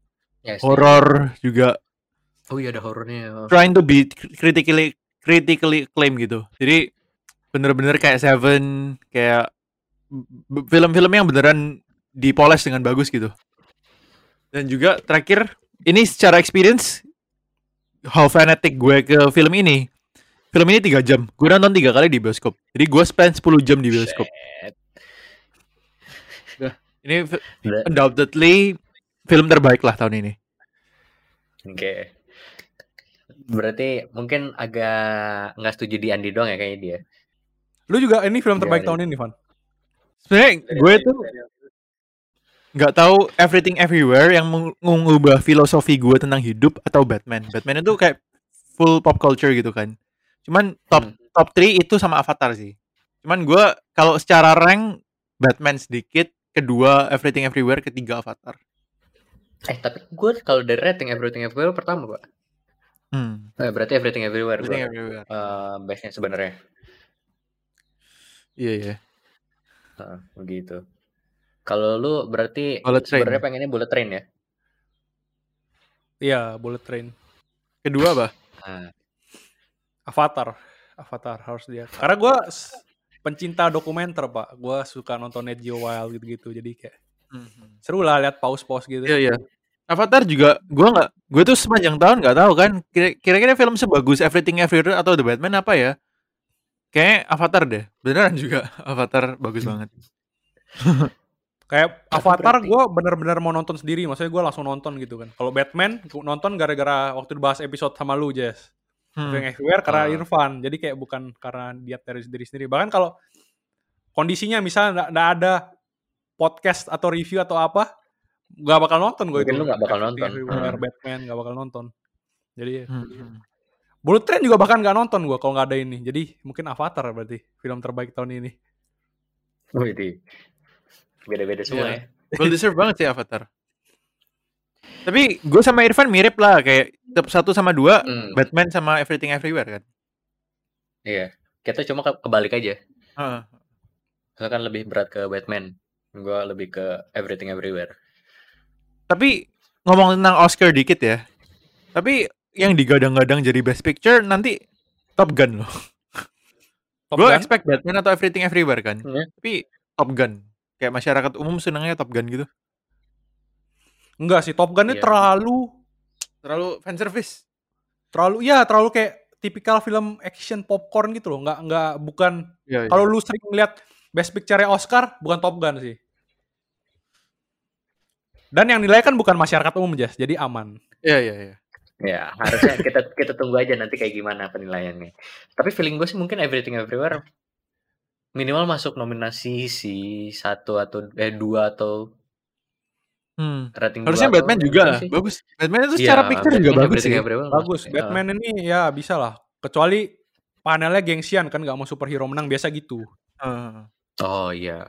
Ya, setuju. horor juga Oh iya, ada horornya. trying to be critically critically acclaimed gitu. Jadi bener-bener kayak Seven, kayak b- film-film yang beneran dipoles dengan bagus gitu. Dan juga terakhir, ini secara experience how fanatic gue ke film ini. Film ini tiga jam. Gue nonton tiga kali di bioskop. Jadi gue spend sepuluh jam di bioskop. Shit. Udah, ini fi- Ber- undoubtedly film terbaik lah tahun ini. Oke. Berarti mungkin agak nggak setuju di Andi doang ya kayaknya dia. Lu juga ini film terbaik Dari- tahun ini, Van. Sebenarnya gue tuh nggak tahu Everything Everywhere yang meng- mengubah filosofi gue tentang hidup atau Batman. Batman itu kayak full pop culture gitu kan. Cuman top Hmm. top tiga itu sama Avatar sih. Cuman gue kalau secara rank Batman sedikit, kedua Everything Everywhere, ketiga Avatar. Eh tapi gue kalau dari rating Everything Everywhere pertama Pak. Hmm. Eh, berarti Everything Everywhere gue Everything Everywhere. uh, base-nya sebenarnya. Iya iya. Heeh, begitu. Kalau lu berarti Bullet Train. sebenarnya pengennya Bullet Train ya? Iya, Bullet Train. Kedua apa? Nah, Avatar. Avatar harus dia. Karena gue pencinta dokumenter, Pak. Gue suka nonton Nat Geo Wild gitu-gitu. Jadi kayak Hmm. seru lah lihat pause-pause gitu. Iya iya. Avatar juga gue nggak, gue tuh sepanjang tahun nggak tahu kan kira- kira-kira film sebagus Everything Everywhere atau The Batman apa ya? Kayak Avatar deh, beneran juga Avatar bagus banget. Kayak Tapi Avatar berarti- gue bener-bener mau nonton sendiri. Maksudnya gue langsung nonton gitu kan. Kalau Batman gua nonton gara-gara waktu dibahas episode sama lu, Jess. Hmm. Yang Everywhere karena Ah. Irfan. Jadi kayak bukan karena dia dari diri sendiri. Bahkan kalau kondisinya misalnya nggak ada podcast atau review atau apa, nggak bakal nonton gue Mungkin itu. lu nggak bakal Everything nonton. Everywhere, Hmm. Batman nggak bakal nonton. Jadi Hmm. Bullet Train juga bahkan nggak nonton gue kalau nggak ada ini. Jadi mungkin Avatar berarti film terbaik tahun ini. Wih, di- beda-beda semua Iya. ya. Well deserve banget sih Avatar. Tapi gue sama Irfan mirip lah, kayak top satu sama dua Hmm. Batman sama Everything Everywhere kan. Iya. Kita cuma ke- kebalik aja. Heeh. Saya kan lebih berat ke Batman. Gue lebih ke Everything Everywhere. Tapi ngomong tentang Oscar dikit ya. Tapi yang digadang-gadang jadi Best Picture nanti Top Gun loh. Top Gue Gun? expect Batman atau Everything Everywhere kan. Iya. Tapi Top Gun. Kayak masyarakat umum senangnya Top Gun gitu. Enggak sih, Top Gun ini Iya. terlalu Terlalu fan service. terlalu ya terlalu kayak tipikal film action popcorn gitu loh. Nggak nggak bukan Iya, kalau lu sering lihat Best Picture Oscar bukan Top Gun sih. Dan yang nilai kan bukan masyarakat umum, Jas. Jadi aman. Iya, iya, iya. Ya, harusnya kita kita tunggu aja nanti kayak gimana penilaiannya. Tapi feeling gue sih mungkin Everything Everywhere minimal masuk nominasi si satu atau eh dua atau Hmm. rating Harusnya dua atau Batman juga apa sih? bagus. Batman itu Iya, secara picture juga Batman bagus Everything sih. Everywhere Bagus. masuk. Batman ini ya bisa lah. Kecuali panelnya gengsian kan nggak mau superhero menang biasa gitu. Heeh. Oh iya.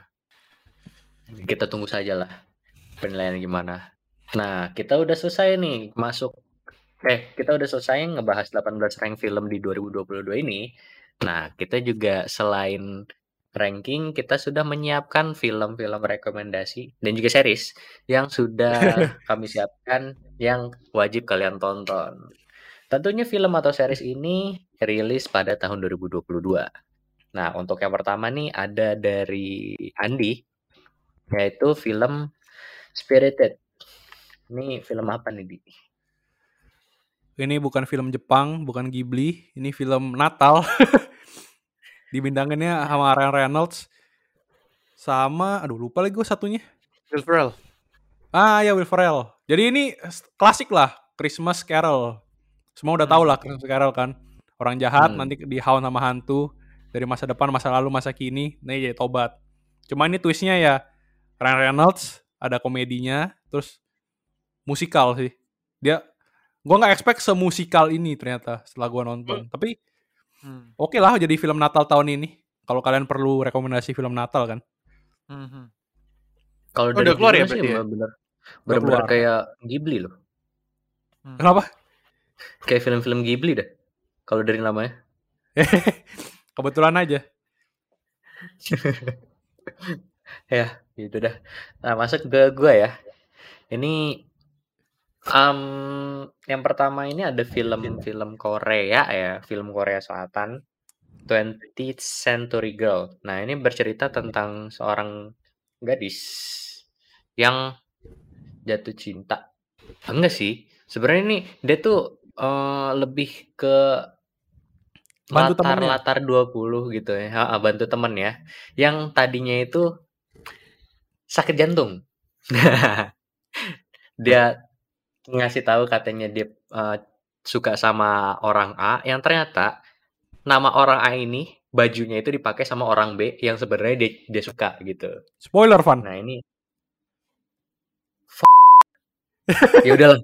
Kita tunggu saja lah penilaiannya gimana. Nah, kita udah selesai nih masuk eh kita udah selesai ngebahas delapan belas rank film di dua ribu dua puluh dua ini. Nah, kita juga selain ranking kita sudah menyiapkan film-film rekomendasi dan juga series yang sudah kami siapkan yang wajib kalian tonton. Tentunya film atau series ini rilis pada tahun dua ribu dua puluh dua. Nah, untuk yang pertama nih ada dari Andi, yaitu film Spirited. Ini film apa nih, Di? Ini bukan film Jepang, bukan Ghibli. Ini film Natal. Dibintanginnya sama Ryan Reynolds. Sama, aduh lupa lagi gue satunya. Will Ferrell. Ah ya, Will Ferrell. Jadi ini klasik lah, Christmas Carol. Semua udah tahu lah Christmas Carol kan. Orang jahat Hmm. nanti dihaun sama hantu. Dari masa depan, masa lalu, masa kini. Nih jadi tobat. Cuma ini twistnya ya, Ryan Reynolds, ada komedinya, terus musikal sih. Dia, gue nggak expect semusikal ini ternyata setelah gue nonton. Tapi Hmm. oke lah jadi film Natal tahun ini. Kalau kalian perlu rekomendasi film Natal kan. Hmm. Kalau Oh, dari udah keluar ya judulnya sih berarti ya? bener-bener Udah bener-bener keluar. kayak Ghibli loh. Kenapa? Kayak film-film Ghibli dah. Kalau dari namanya. Kebetulan aja. Ya, gitu dah. Nah, masuk ke gue ya. Ini Um, yang pertama ini ada film-film Korea ya, film Korea Selatan, twentieth Century Girl. Nah, ini bercerita tentang seorang gadis yang jatuh cinta. Enggak sih, sebenarnya ini dia tuh uh, lebih ke Bantu temennya. latar-latar dua puluh gitu ya. Ha, bantu temen ya. Yang tadinya itu sakit jantung. Dia ngasih tahu katanya dia uh, suka sama orang A, yang ternyata nama orang A ini bajunya itu dipakai sama orang B yang sebenarnya dia, dia suka gitu. Spoiler, Van. Nah ini, ya udahlah.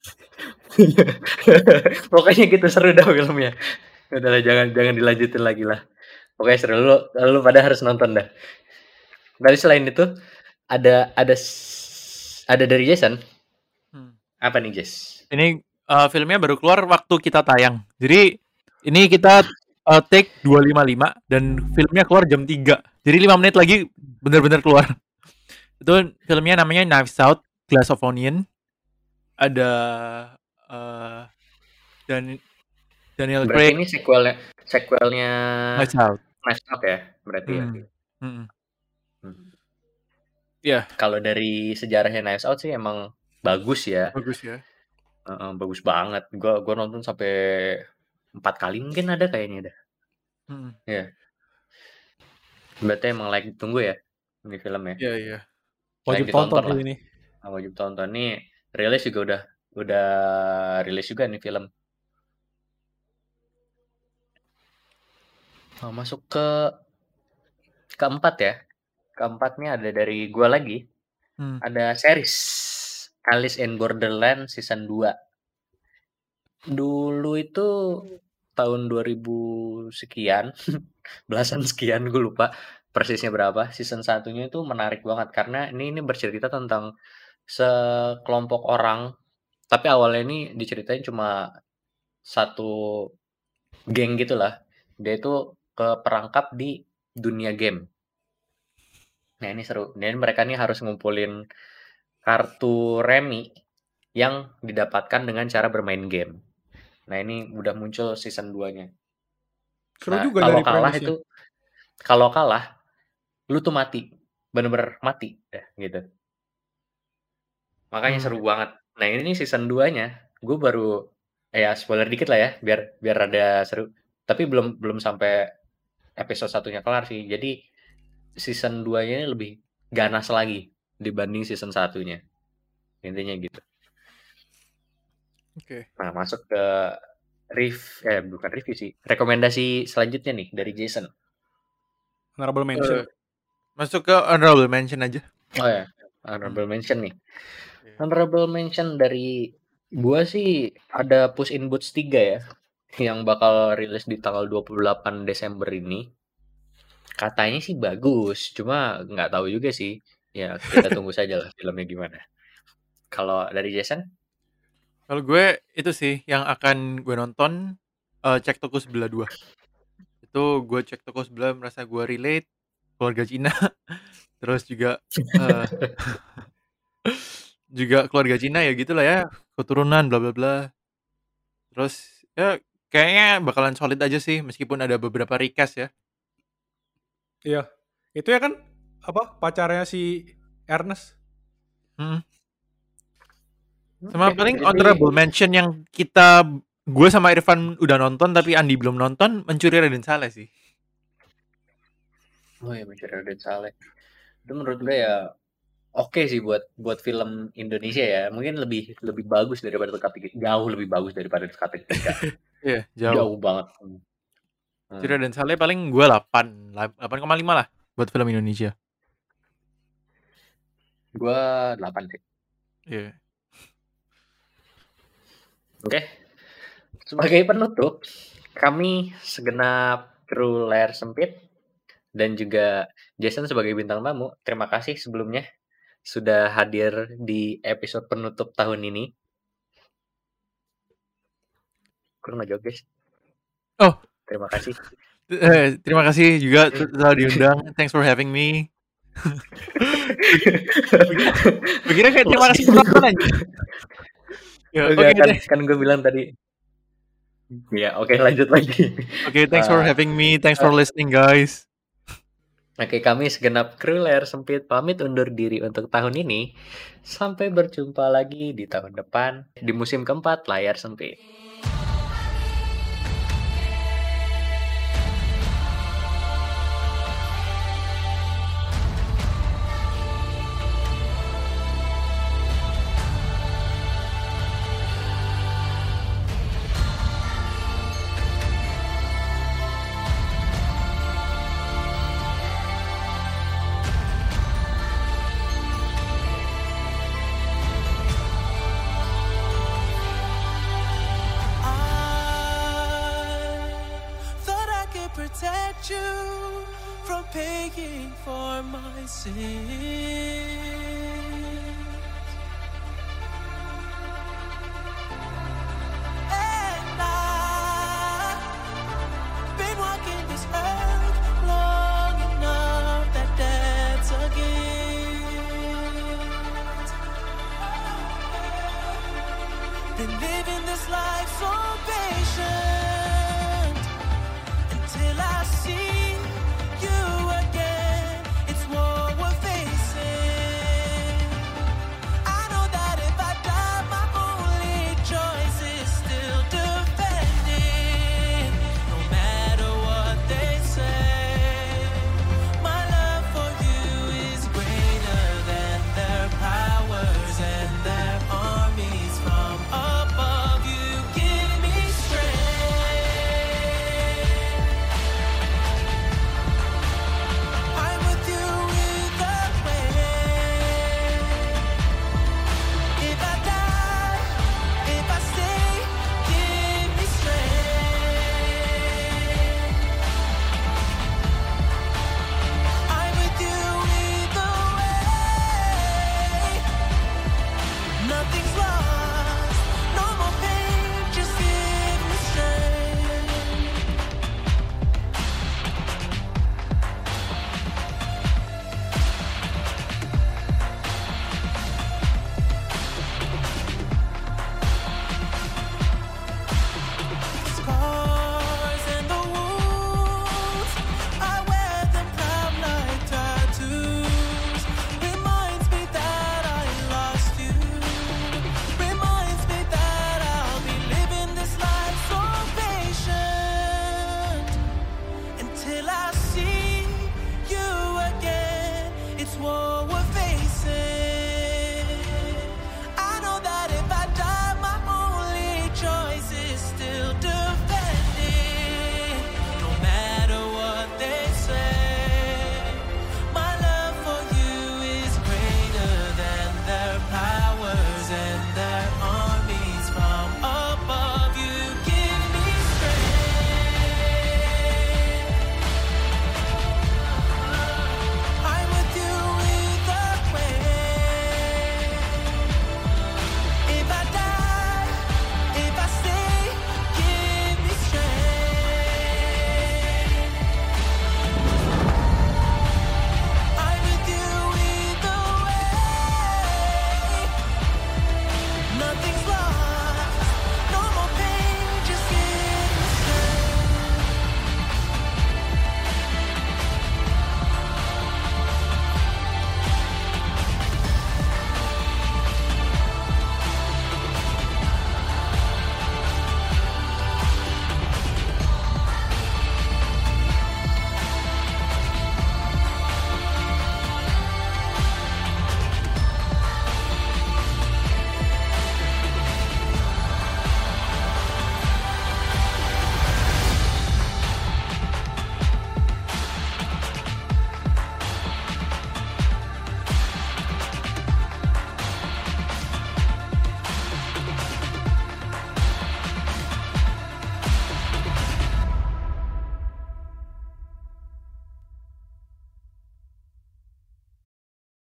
Pokoknya gitu seru dah filmnya. Udahlah jangan jangan dilanjutin lagi lah. Pokoknya seru, lu, lu pada harus nonton dah. Dari selain itu ada ada ada dari Jason. Hmm. Apa nih, Jess? Ini uh, filmnya baru keluar waktu kita tayang. Jadi ini kita uh, take dua lima lima dan filmnya keluar jam tiga. Jadi lima menit lagi benar-benar keluar. Itu filmnya namanya Knives Out, Glass of Onion. Ada uh, dan Daniel Berarti Craig. ini sequelnya sequelnya Knives Out. Knives Out ya, berarti Hmm. ya. Hmm. Hmm. Ya. Kalau dari sejarahnya Knives Out sih emang bagus ya. Bagus ya. Uh, uh, bagus banget. Gua gua nonton sampai empat kali mungkin ada kayaknya dah. Hmm. Ya. Yeah. Berarti emang like tunggu ya ini film ya. Iya yeah, iya. Yeah. Wajib like tonton lah. ini. Nah, wajib tonton nih. Rilis juga udah udah rilis juga nih film. Nah, masuk ke keempat ya. Keempatnya ada dari gua lagi. Hmm. Ada series Alice in Borderland season dua. Dulu itu tahun dua ribu sekian, belasan sekian gue lupa persisnya berapa. Season satunya itu menarik banget karena ini ini bercerita tentang sekelompok orang, tapi awalnya ini diceritain cuma satu geng gitulah. Dia itu keperangkap di dunia game. Nah ini seru. Dan mereka nih harus ngumpulin kartu remi yang didapatkan dengan cara bermain game. Nah ini udah muncul season dua-nya. Seru Nah, juga kalau dari kalah premisnya. itu, kalau kalah, lu tuh mati, bener-bener mati, ya gitu. Makanya hmm. seru banget. Nah ini season dua-nya, gue baru, ya spoiler dikit lah ya, biar biar ada seru. Tapi belum belum sampai episode satunya kelar sih. Jadi season dua-nya ini lebih ganas lagi dibanding season satunya. Intinya gitu. Oke. Okay. Nah masuk ke review, eh bukan review sih, rekomendasi selanjutnya nih dari Jason. Honorable mention. Uh, masuk ke honorable mention aja. Oh ya, honorable hmm. mention nih. Yeah. Honorable mention dari gua sih ada Puss in Boots tiga ya, yang bakal rilis di tanggal dua puluh delapan Desember ini. Katanya sih bagus, cuma nggak tahu juga sih. Ya kita tunggu saja lah filmnya gimana. Kalau dari Jason? Kalau gue itu sih yang akan gue nonton uh, Cek Toko Sebelah dua. Itu gue cek toko sebelah merasa gue relate, keluarga Cina. Terus juga uh, juga keluarga Cina ya gitulah ya, keturunan bla bla bla. Terus ya kayaknya bakalan solid aja sih meskipun ada beberapa recast ya. Iya. Itu ya kan apa pacarnya si Ernest. Hmm. Sama paling honorable mention yang kita gue sama Irfan udah nonton tapi Andi belum nonton, Mencuri Raden Saleh sih. Oh ya, Mencuri Raden Saleh. Itu menurut gue ya oke okay sih buat buat film Indonesia ya. Mungkin lebih lebih bagus daripada Teka Teki, jauh lebih bagus daripada Teka Teki. Iya, jauh. Jauh banget. Hmm. Mencuri Raden Saleh paling gue delapan, delapan koma lima lah buat film Indonesia. Gue delapan sih. Iya. Yeah. Oke, okay. Sebagai penutup, kami segenap kru Layar Sempit dan juga Jason sebagai bintang tamu, terima kasih sebelumnya sudah hadir di episode penutup tahun ini. Kurang aja guys. Oh, terima kasih. Eh, terima kasih juga telah diundang. Thanks for having me. Begini kayak terima kasih penonton aja. Ya, Enggak oke kan deh. kan gue bilang tadi. Ya, oke lanjut lagi. Oke, thanks for Uh, having me. Thanks for uh, listening, guys. Oke, kami segenap kru Layar Sempit pamit undur diri untuk tahun ini. Sampai berjumpa lagi di tahun depan di musim keempat Layar Sempit. Protect you from paying for my sin.